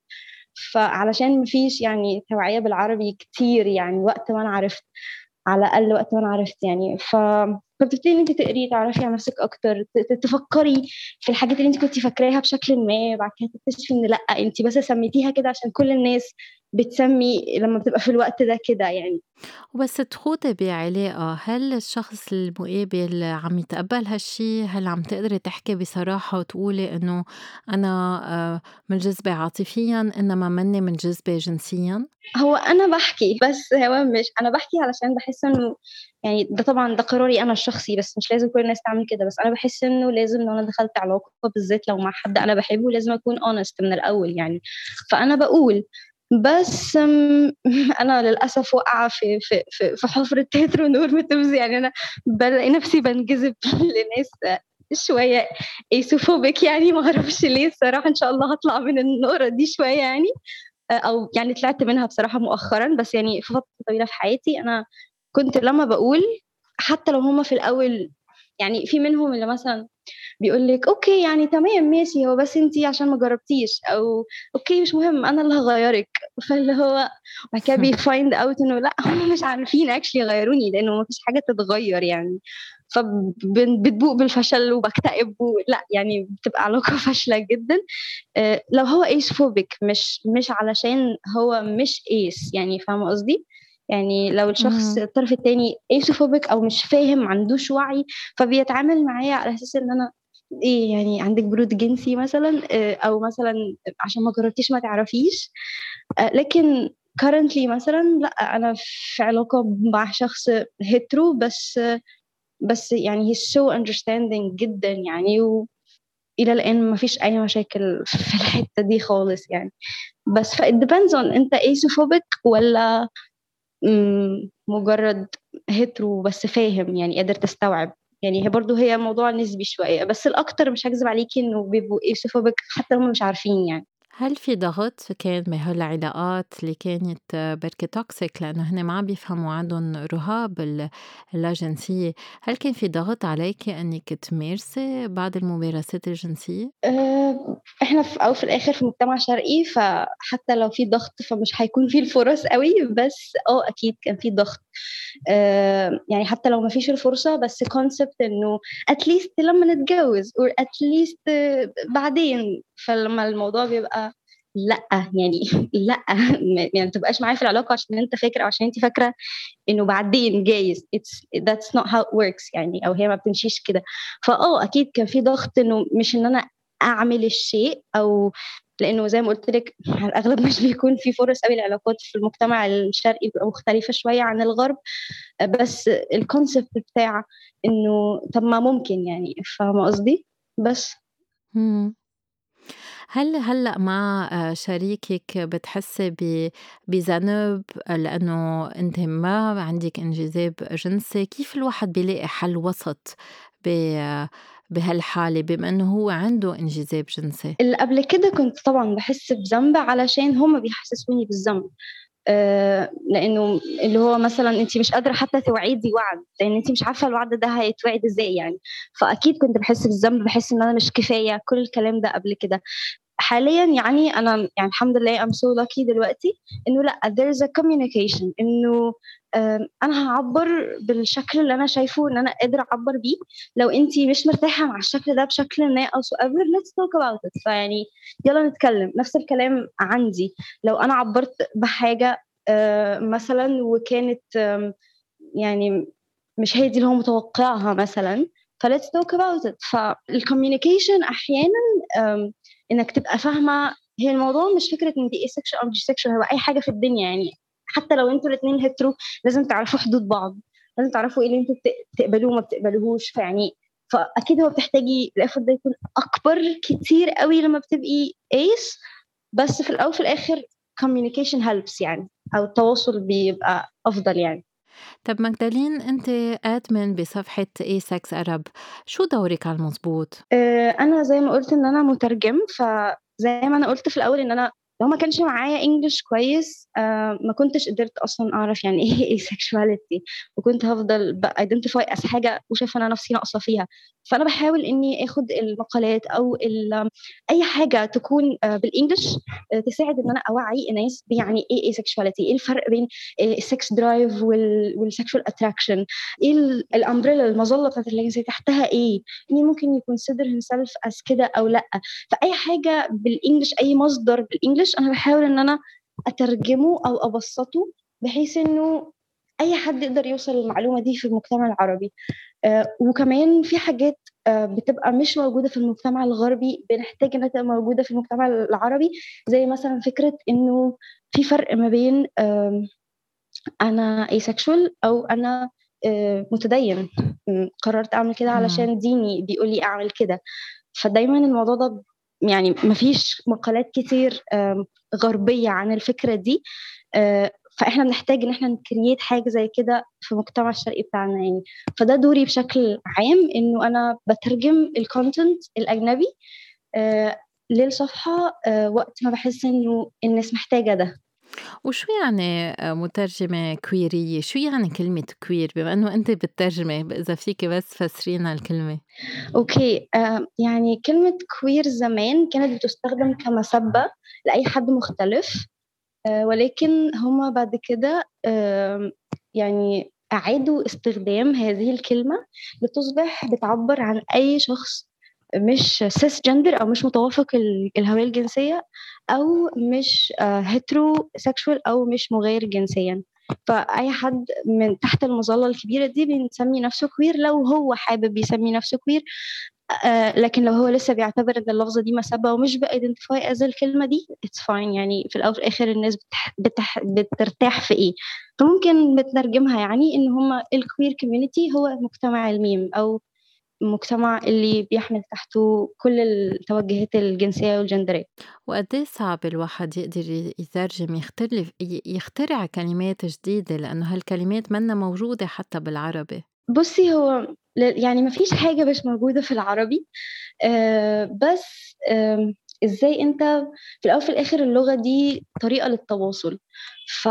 C: فعلشان مفيش يعني توعية بالعربي كتير، يعني وقت ما انا عرفت، على الاقل وقت ما انا عرفت يعني، ف فبتبتدي ان انت تقري تعرفي عن نفسك اكتر، تفكري في الحاجات اللي انت كنتي فاكراها بشكل ما، بعد كده تكتشفي ان لا، انت بس سميتيها كده عشان كل الناس بتسمي لما بتبقى في الوقت ده كده يعني.
A: وبس تخوضي بعلاقة، هل الشخص المقابل عم يتقبل هالشي؟ هل عم تقدري تحكي بصراحة وتقولي إنه أنا آه، منجذبة عاطفيا إنما مني منجذبة جنسيا؟
C: هو أنا بحكي، بس هو مش أنا بحكي علشان بحس إنه يعني ده طبعا ده قراري أنا الشخصي، بس مش لازم كل الناس تعمل كده. بس أنا بحس إنه لازم لو أنا دخلت علاقة بالذات لو مع حد أنا بحبه لازم أكون honest من الأول يعني. فأنا بقول بس أنا للأسف واقعة في في في في حفرة هيترونورماتيفز. يعني أنا بلاقي نفسي بنجذب لناس شوية ايسوفوبيك، يعني ما اعرفش ليه الصراحة. إن شاء الله هطلع من النقرة دي شوية يعني، او يعني طلعت منها بصراحه مؤخرا. بس يعني في فتره طويله في حياتي انا كنت لما بقول حتى لو هما في الاول يعني في منهم اللي مثلا بيقول لك اوكي يعني تمام ماشي، هو بس انتي عشان ما جربتيش، او اوكي مش مهم انا اللي هغيرك. فاللي هو بعد كده بيفايند اوت انه لا، هم مش عارفين اكشلي يغيروني لانه ما فيش حاجه تتغير يعني. فبتبوق بالفشل وبكتئب لا يعني بتبقى علاقه فاشله جدا. آه، لو هو ايس فوبيك مش مش علشان هو مش ايس، يعني فاهمه قصدي؟ يعني لو الشخص
A: مم.
C: الطرف التاني ايسوفوبيك او مش فاهم ما عندوش وعي، فبيتعامل معايا على اساس ان انا ايه يعني عندك برود جنسي مثلا، آه، او مثلا عشان ما جربتيش ما تعرفيش. آه، لكن currently مثلا لا، انا في علاقه مع شخص هيترو، بس بس يعني he's so understanding جدا يعني، والى الان ما فيش اي مشاكل في الحته دي خالص يعني. بس ف it depends on انت ايسوفوبيك ولا مم، مجرد هترو بس فاهم يعني قادر تستوعب. يعني هي برضو هي موضوع نسبي شوية، بس الأكتر مش هكذب عليكي إنه بيبقوا ايسوفوبيك حتى هم مش عارفين يعني.
A: هل في ضغط كان بهالعلاقات اللي كانت آه، بركي توكسيك لأنه هن ما عم بيفهموا عندهم رهاب ال- اللاجنسية؟ هل كان في ضغط عليك أنك تمارسي بعض الممارسات الجنسية؟
C: أه، احنا في او في الاخر في مجتمع شرقي، فحتى لو في ضغط فمش هيكون في الفرص قوي. بس اه اكيد كان في ضغط. أه يعني حتى لو ما فيش الفرصة، بس كونسبت انه اتليست لما نتجوز or اتليست بعدين. فلما الموضوع بيبقى لا يعني لا يعني ما تبقاش معايا في العلاقة عشان انت فاكر او عشان انت فاكرة انه بعدين جايز it's that's not how it works يعني، او هي ما بتمشيش كده. فاه اكيد كان في ضغط انه مش ان انا اعمل الشيء او لأنه زي ما قلت لك على الأغلب مش بيكون في فرص قوي العلاقات في المجتمع الشرقي بتبقى مختلفة شوية عن الغرب. بس الكونسبت بتاع إنه طب ما ممكن يعني، فاهمة قصدي؟ بس
A: مم. هل هلأ مع آه، شريكك بتحسي ب- بذنب لأنه أنت ما عندك انجذاب جنسي؟ كيف الواحد بيلاقي حل وسط ب- بهالحالة بما أنه هو عنده انجذاب جنسي؟
C: اللي قبل كده كنت طبعا بحس بذنب علشان هم بيحسسوني بالذنب. آه، لانه اللي هو مثلا انت مش قادره حتى توعدي وعد، لان انت مش عارفه الوعد ده هيتوعد ازاي يعني. فاكيد كنت بحس بالذنب، بحس ان انا مش كفايه، كل الكلام ده قبل كده. حاليا يعني انا يعني الحمد لله I'm so lucky دلوقتي انه لا there is a communication، انه آم، انا هعبر بالشكل اللي انا شايفه ان انا قادره اعبر بيه. لو انتي مش مرتاحه مع الشكل ده بشكل ما او so ever let's talk about it، فيعني يلا نتكلم. نفس الكلام عندي لو انا عبرت بحاجه آه، مثلا وكانت آم، يعني مش هي دي اللي هو متوقعها مثلا، فليتس توك اباوت ات. فالكوميونيكيشن احيانا آم، انك تبقى فاهمه، هي الموضوع مش فكره ان دي ايه سكشوال او مش سكشوال، هو اي حاجه في الدنيا يعني. حتى لو انتوا الاثنين هترو لازم تعرفوا حدود بعض، لازم تعرفوا ايه اللي انتوا بت- بتقبلوه وما بتقبلوهوش. فيعني فاكيد هو بتحتاجي الافورت ده يكون اكبر كتير قوي لما بتبقي ايس. بس في الاول وفي الاخر communication helps يعني، او التواصل بيبقى افضل يعني.
A: طب مجدلين، أنت آدمن بصفحة اي سكس أرب، شو دورك على المزبوط؟
C: آه، انا زي ما قلت ان انا مترجم، فزي ما انا قلت في الاول ان انا لو ما كانش معايا انجلش كويس آه، ما كنتش قدرت اصلا اعرف يعني ايه asexuality، وكنت هفضل ايدنتيفاي اس حاجه وشايفه انا نفسي ناقصه فيها. فانا بحاول اني اخد المقالات او ال- اي حاجه تكون آه، بالانجلش آه، تساعد ان انا اوعي الناس يعني ايه asexuality، ايه الفرق بين السكس درايف والسكشوال اتراكشن، ايه الامبريلا المظله بتاعت اللي تحتها ايه، مين ممكن يكونسيدر himself as كده او لا. فاي حاجه بالانجلش، اي مصدر بالانجلش انا بحاول ان انا اترجمه او ابسطه بحيث انه اي حد يقدر يوصل للمعلومه دي في المجتمع العربي. آه وكمان في حاجات آه بتبقى مش موجوده في المجتمع الغربي بنحتاج انها تبقى موجوده في المجتمع العربي، زي مثلا فكره انه في فرق ما بين آه انا asexual او انا آه، متدين، م، قررت اعمل كده
A: مم.
C: علشان ديني بيقول لي اعمل كده. فدايما الموضوع ده يعني مفيش مقالات كتير آم، غربية عن الفكرة دي. آه، فاحنا بنحتاج ان احنا نكريت حاجة زي كده في المجتمع الشرقي بتاعنا يعني. فده دوري بشكل عام، انه انا بترجم الكونتنت الاجنبي آه، للصفحة آه، وقت ما بحس انه الناس محتاجة ده.
A: وشو يعني آه، مترجمة كويرية؟ شو يعني كلمة كوير بما أنه أنت بتترجمي؟ إذا فيك بس فسرينا الكلمة.
C: اوكي آه يعني كلمة كوير زمان كانت بتستخدم كمسبة لأي حد مختلف، آه ولكن هما بعد كده آه يعني أعادوا استخدام هذه الكلمة لتصبح بتعبر عن أي شخص مش سيس جندر أو مش متوافق ال- الهوية الجنسية، أو مش هيترو سيكشوال أو مش مغاير جنسيا. فأي حد من تحت المظلة الكبيرة دي بنسمي نفسه كوير لو هو حابب يسمي نفسه كوير. آه لكن لو هو لسه بيعتبر ان اللفظه دي مسبه ومش بايدنتيفاي از الكلمه دي اتس فاين يعني. في الاول وفي الاخر الناس بتح... بتح... بترتاح في ايه. فممكن بترجمها يعني ان هما الكوير كوميونتي هو مجتمع الميم، او مجتمع اللي بيحمل تحته كل التوجهات الجنسيه والجندريه.
A: وقد إيه صعب الواحد يقدر ي- يترجم، يختلف ي- يخترع كلمات جديدة لأنه هالكلمات منا موجودة حتى بالعربي.
C: بصي هو ل- يعني ما فيش حاجه مش موجوده في العربي. آه بس آه ازاي انت في الاول في الاخر اللغه دي طريقه للتواصل. ف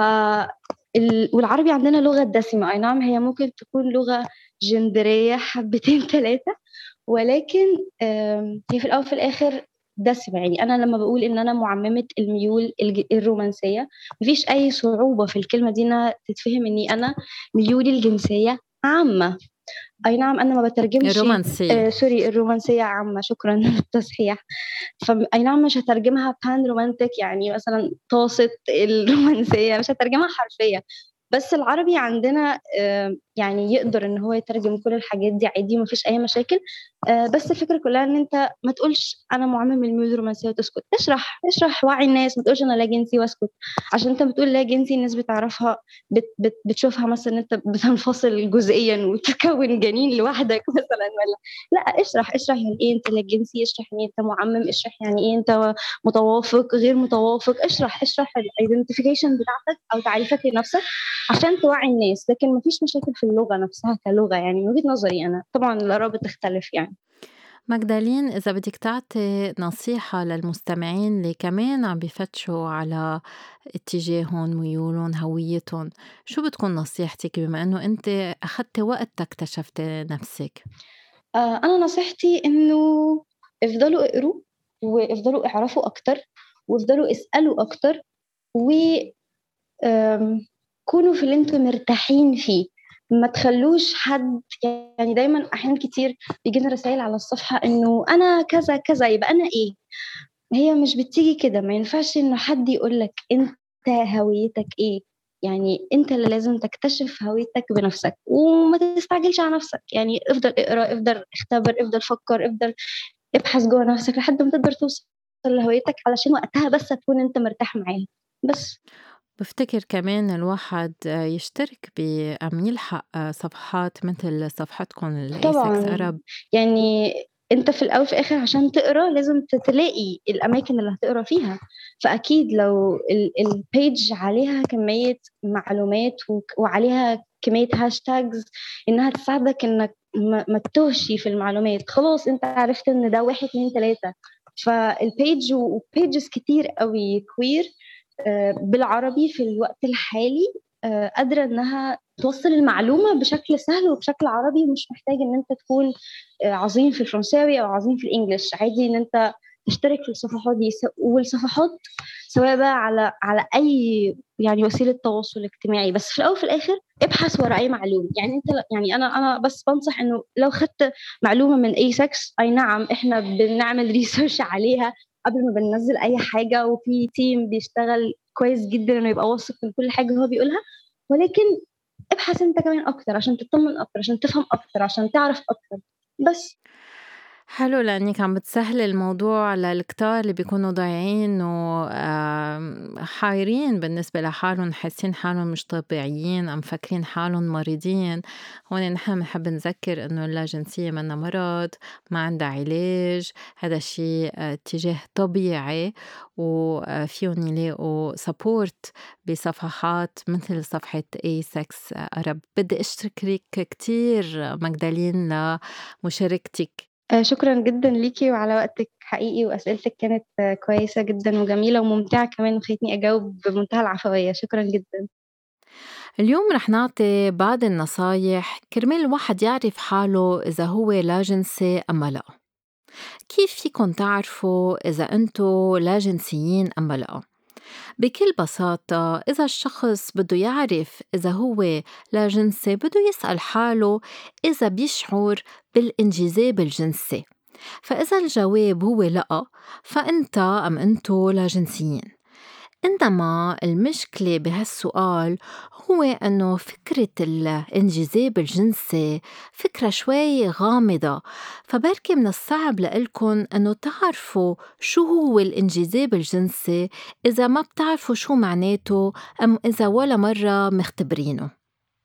C: ال- والعربي عندنا لغه دسمه، اي نعم هي ممكن تكون لغه جندريه حبتين ثلاثه، ولكن آم، هي في الاول في الاخر دسمه. يعني انا لما بقول ان انا معممه الميول الج- الرومانسيه، مفيش اي صعوبه في الكلمه دي انها تتفهم اني انا ميولي الجنسيه عامه. اي نعم انا ما بترجمش
A: الرومانسية.
C: آه سوري الرومانسيه عامه، شكرا للتصحيح. فاي نعم مش هترجمها بان رومانتك يعني مثلا طاسه الرومانسيه، مش هترجمها حرفيا. بس العربي عندنا آه يعني يقدر ان هو يترجم كل الحاجات دي عادي، ومفيش اي مشاكل. آه، بس الفكرة كلها ان انت ما تقولش انا معمم الميول الرومانسية وتسكت. اشرح اشرح وعي الناس، ما تقولش انا لا جنسي واسكت. عشان انت بتقول لا جنسي الناس بتعرفها، بت بت بتشوفها مثلا ان انت بتنفصل جزئيا وتكون جنين لوحدك مثلا، ولا لا. اشرح اشرح يعني ايه انت لا جنسي، اشرح يعني إيه انت معمم، اشرح يعني ايه انت متوافق غير متوافق. اشرح اشرح الايدنتيفيكيشن بتاعتك او تعريفك لنفسك عشان توعي الناس. لكن مفيش مشاكل في اللغة نفسها كلغة، يعني من وجهة نظري أنا. طبعا الآراء بتختلف يعني.
A: مجدالين، إذا بدك تعطي نصيحة للمستمعين اللي كمان عم بفتشوا على اتجاههم، ميولهم، هويتهم، شو بتكون نصيحتك بما أنه أنت أخدت وقت اكتشفت نفسك؟
C: آه، أنا نصيحتي إنه افضلوا اقروا، وافضلوا اعرفوا أكتر، وافضلوا اسألوا أكتر، و آم، كونوا في اللي انتوا مرتاحين فيه. ما تخلوش حد، يعني دايما أحيانا كتير بيجينا رسائل على الصفحة إنه أنا كذا كذا يبقى أنا إيه. هي مش بتيجي كده. ما ينفعش إنه حد يقولك أنت هويتك إيه. يعني أنت اللي لازم تكتشف هويتك بنفسك، وما تستعجلش على نفسك. يعني افضل اقرأ، افضل اختبر، افضل فكر، افضل ابحث جوه نفسك لحد ما تقدر توصل لهويتك، علشان وقتها بس تكون أنت مرتاح معاها بس.
A: بفتكر كمان الواحد يشترك بأم يلحق صفحات مثل صفحتكم الإيسكس
C: طبعا
A: أرب.
C: يعني انت في الاول في الاخر عشان تقرا لازم تلاقي الاماكن اللي هتقرا فيها. فاكيد لو البيج عليها كميه معلومات وك- وعليها كميه هاشتاجز انها تساعدك انك ما ما تتوهش في المعلومات، خلاص انت عرفت ان ده واحد اتنين تلاته. فالبيج وبيجز كتير قوي كوير بالعربي في الوقت الحالي آه، قادرة إنها توصل المعلومة بشكل سهل وبشكل عربي. مش محتاج إن أنت تكون آه، عظيم في الفرنساوي أو عظيم في الإنجليش. عادي إن أنت تشترك في الصفحات دي. س- والصفحات سواء بقى على على أي يعني وسيلة تواصل اجتماعي، بس في الأول وفي الآخر ابحث ورا أي معلومة. يعني أنت يعني أنا أنا بس بنصح إنه لو خدت معلومة من أي سكس، أي نعم إحنا بنعمل ريسيرش عليها قبل ما بننزل أي حاجة، وفي تيم بيشتغل كويس جدا انه يبقى واثق من كل حاجه هو بيقولها. ولكن ابحث انت كمان اكتر عشان تطمن اكتر، عشان تفهم اكتر، عشان تعرف اكتر بس.
A: حلو لأنك عم بتسهلي الموضوع للكتار اللي بيكونوا ضايعين وحايرين بالنسبة لحالهم، حاسين حالهم مش طبيعيين، أم فاكرين حالهم مريضين. هون نحن بنحب نذكر إنه اللاجنسية منا مرض، ما عندها علاج. هذا الشيء آه، اتجاه طبيعي، وفيهم يلاقوا سبورت بصفحات مثل صفحة اي سكس أرب. بدي أشكرك كتير مجدالين لمشاركتك.
C: آه، شكرا جدا ليكي وعلى وقتك حقيقي، واسئلتك كانت آه، كويسه جدا وجميله وممتعه كمان، وخلتني اجاوب بمنتهى العفويه. شكرا جدا.
A: اليوم رح نعطي بعض النصايح كرمال الواحد يعرف حاله إذا هو لا جنسي أم لا. كيف فيكن تعرفوا إذا أنتو لا جنسيين أم لا؟ بكل بساطة، إذا الشخص بده يعرف إذا هو لا جنسي بده يسأل حاله إذا بيشعر بالانجذاب الجنسي. فإذا الجواب هو لأ، فأنت أم أنتو لا جنسيين. إنما المشكلة بهالسؤال هو أنه فكرة الانجذاب الجنسي فكرة شوي غامضة، فبركي من الصعب لإلكن أنه تعرفوا شو هو الانجذاب الجنسي إذا ما بتعرفوا شو معناته، أم إذا ولا مرة مختبرينه.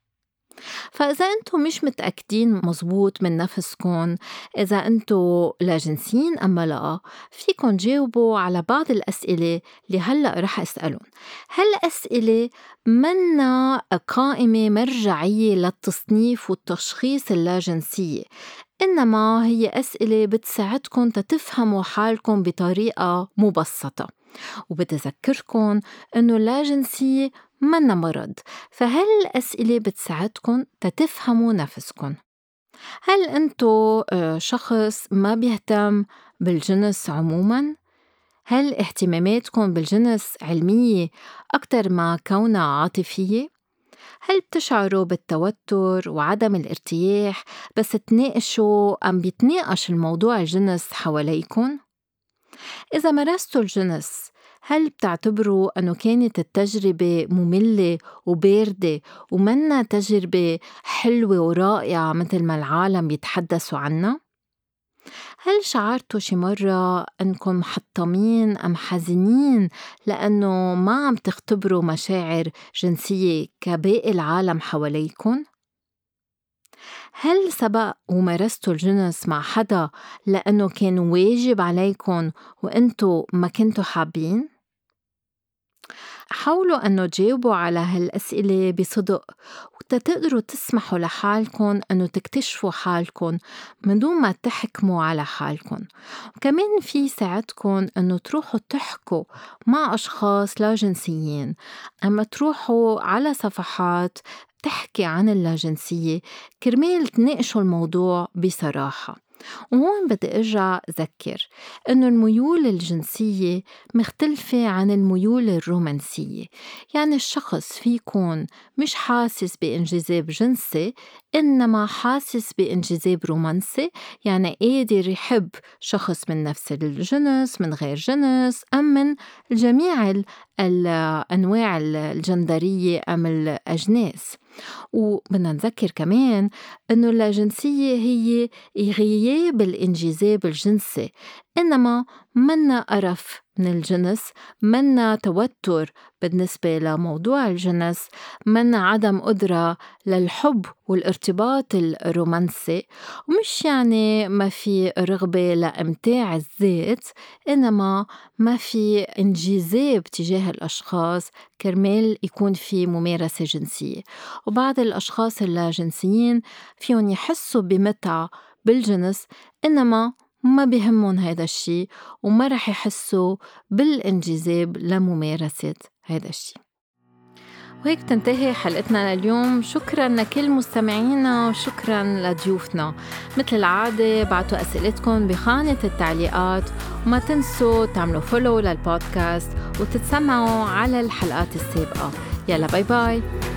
A: فإذا أنتم مش متأكدين مزبوط من نفسكن إذا أنتم لا جنسيين أم لا، فيكن جاوبوا على بعض الأسئلة اللي هلأ رح أسألهم. هالأسئلة منا قائمة مرجعية للتصنيف والتشخيص اللاجنسية، إنما هي أسئلة بتساعدكن تتفهموا حالكم بطريقة مبسطة. وبتذكركن إنه اللاجنسية منا مرض، فهالأسئلة بتساعدكن تتفهموا نفسكن. هل أنتو آه، شخص ما بيهتم بالجنس عموماً؟ هل اهتماماتكم بالجنس علمية أكتر ما كونها عاطفية؟ هل بتشعروا بالتوتر وعدم الارتياح بس تناقشوا أم بيتناقش الموضوع الجنس حواليكن؟ إذا مارستوا الجنس، هل بتعتبروا أنه كانت التجربة مملة وباردة ومنا تجربة حلوة ورائعة مثل ما العالم يتحدثوا عنها؟ هل شعرتوا شي مرة أنكم محطمين أم حزينين لأنه ما عم تختبروا مشاعر جنسية كباقي العالم حواليكن؟ هل سبق ومارستوا الجنس مع حدا لأنه كان واجب عليكن وإنتو ما كنتوا حابين؟ حاولوا أنه تجاوبوا على هالأسئلة بصدق وتقدروا تسمحوا لحالكن أنه تكتشفوا حالكن من دون ما تحكموا على حالكن. وكمان في ساعدكن أنه تروحوا تحكوا مع أشخاص لا جنسيين، أما تروحوا على صفحات تحكي عن اللاجنسية كرمال تناقشوا الموضوع بصراحة. وهون بدي أرجع أذكر إنه الميول الجنسية مختلفة عن الميول الرومانسية، يعني الشخص في يكون مش حاسس بانجذاب جنسي إنما حاسس بانجذاب رومانسي، يعني قادر يحب شخص من نفس الجنس من غير جنس أم من جميع الأنواع الجندرية أم الأجناس. وبدنا نذكر كمان إنه اللاجنسية هي غياب الانجذاب الجنسي، إنما منا قرف من الجنس، منا توتر بالنسبة لموضوع الجنس، منا عدم قدرة للحب والارتباط الرومانسي، ومش يعني ما في رغبة لإمتاع الذات، إنما ما في انجذاب تجاه الأشخاص كرمال يكون في ممارسة جنسية. وبعض الأشخاص اللاجنسيين فيهم يحسوا بمتعة بالجنس إنما ما بيهمون هيدا الشي وما رح يحسوا بالانجذاب لممارسة هيدا الشي. وهيك تنتهي حلقتنا لليوم. شكراً لكل مستمعينا وشكراً لضيوفنا. مثل العادة بعتوا أسئلتكم بخانة التعليقات وما تنسوا تعملوا فولو للبودكاست وتتسمعوا على الحلقات السابقة. يلا باي باي.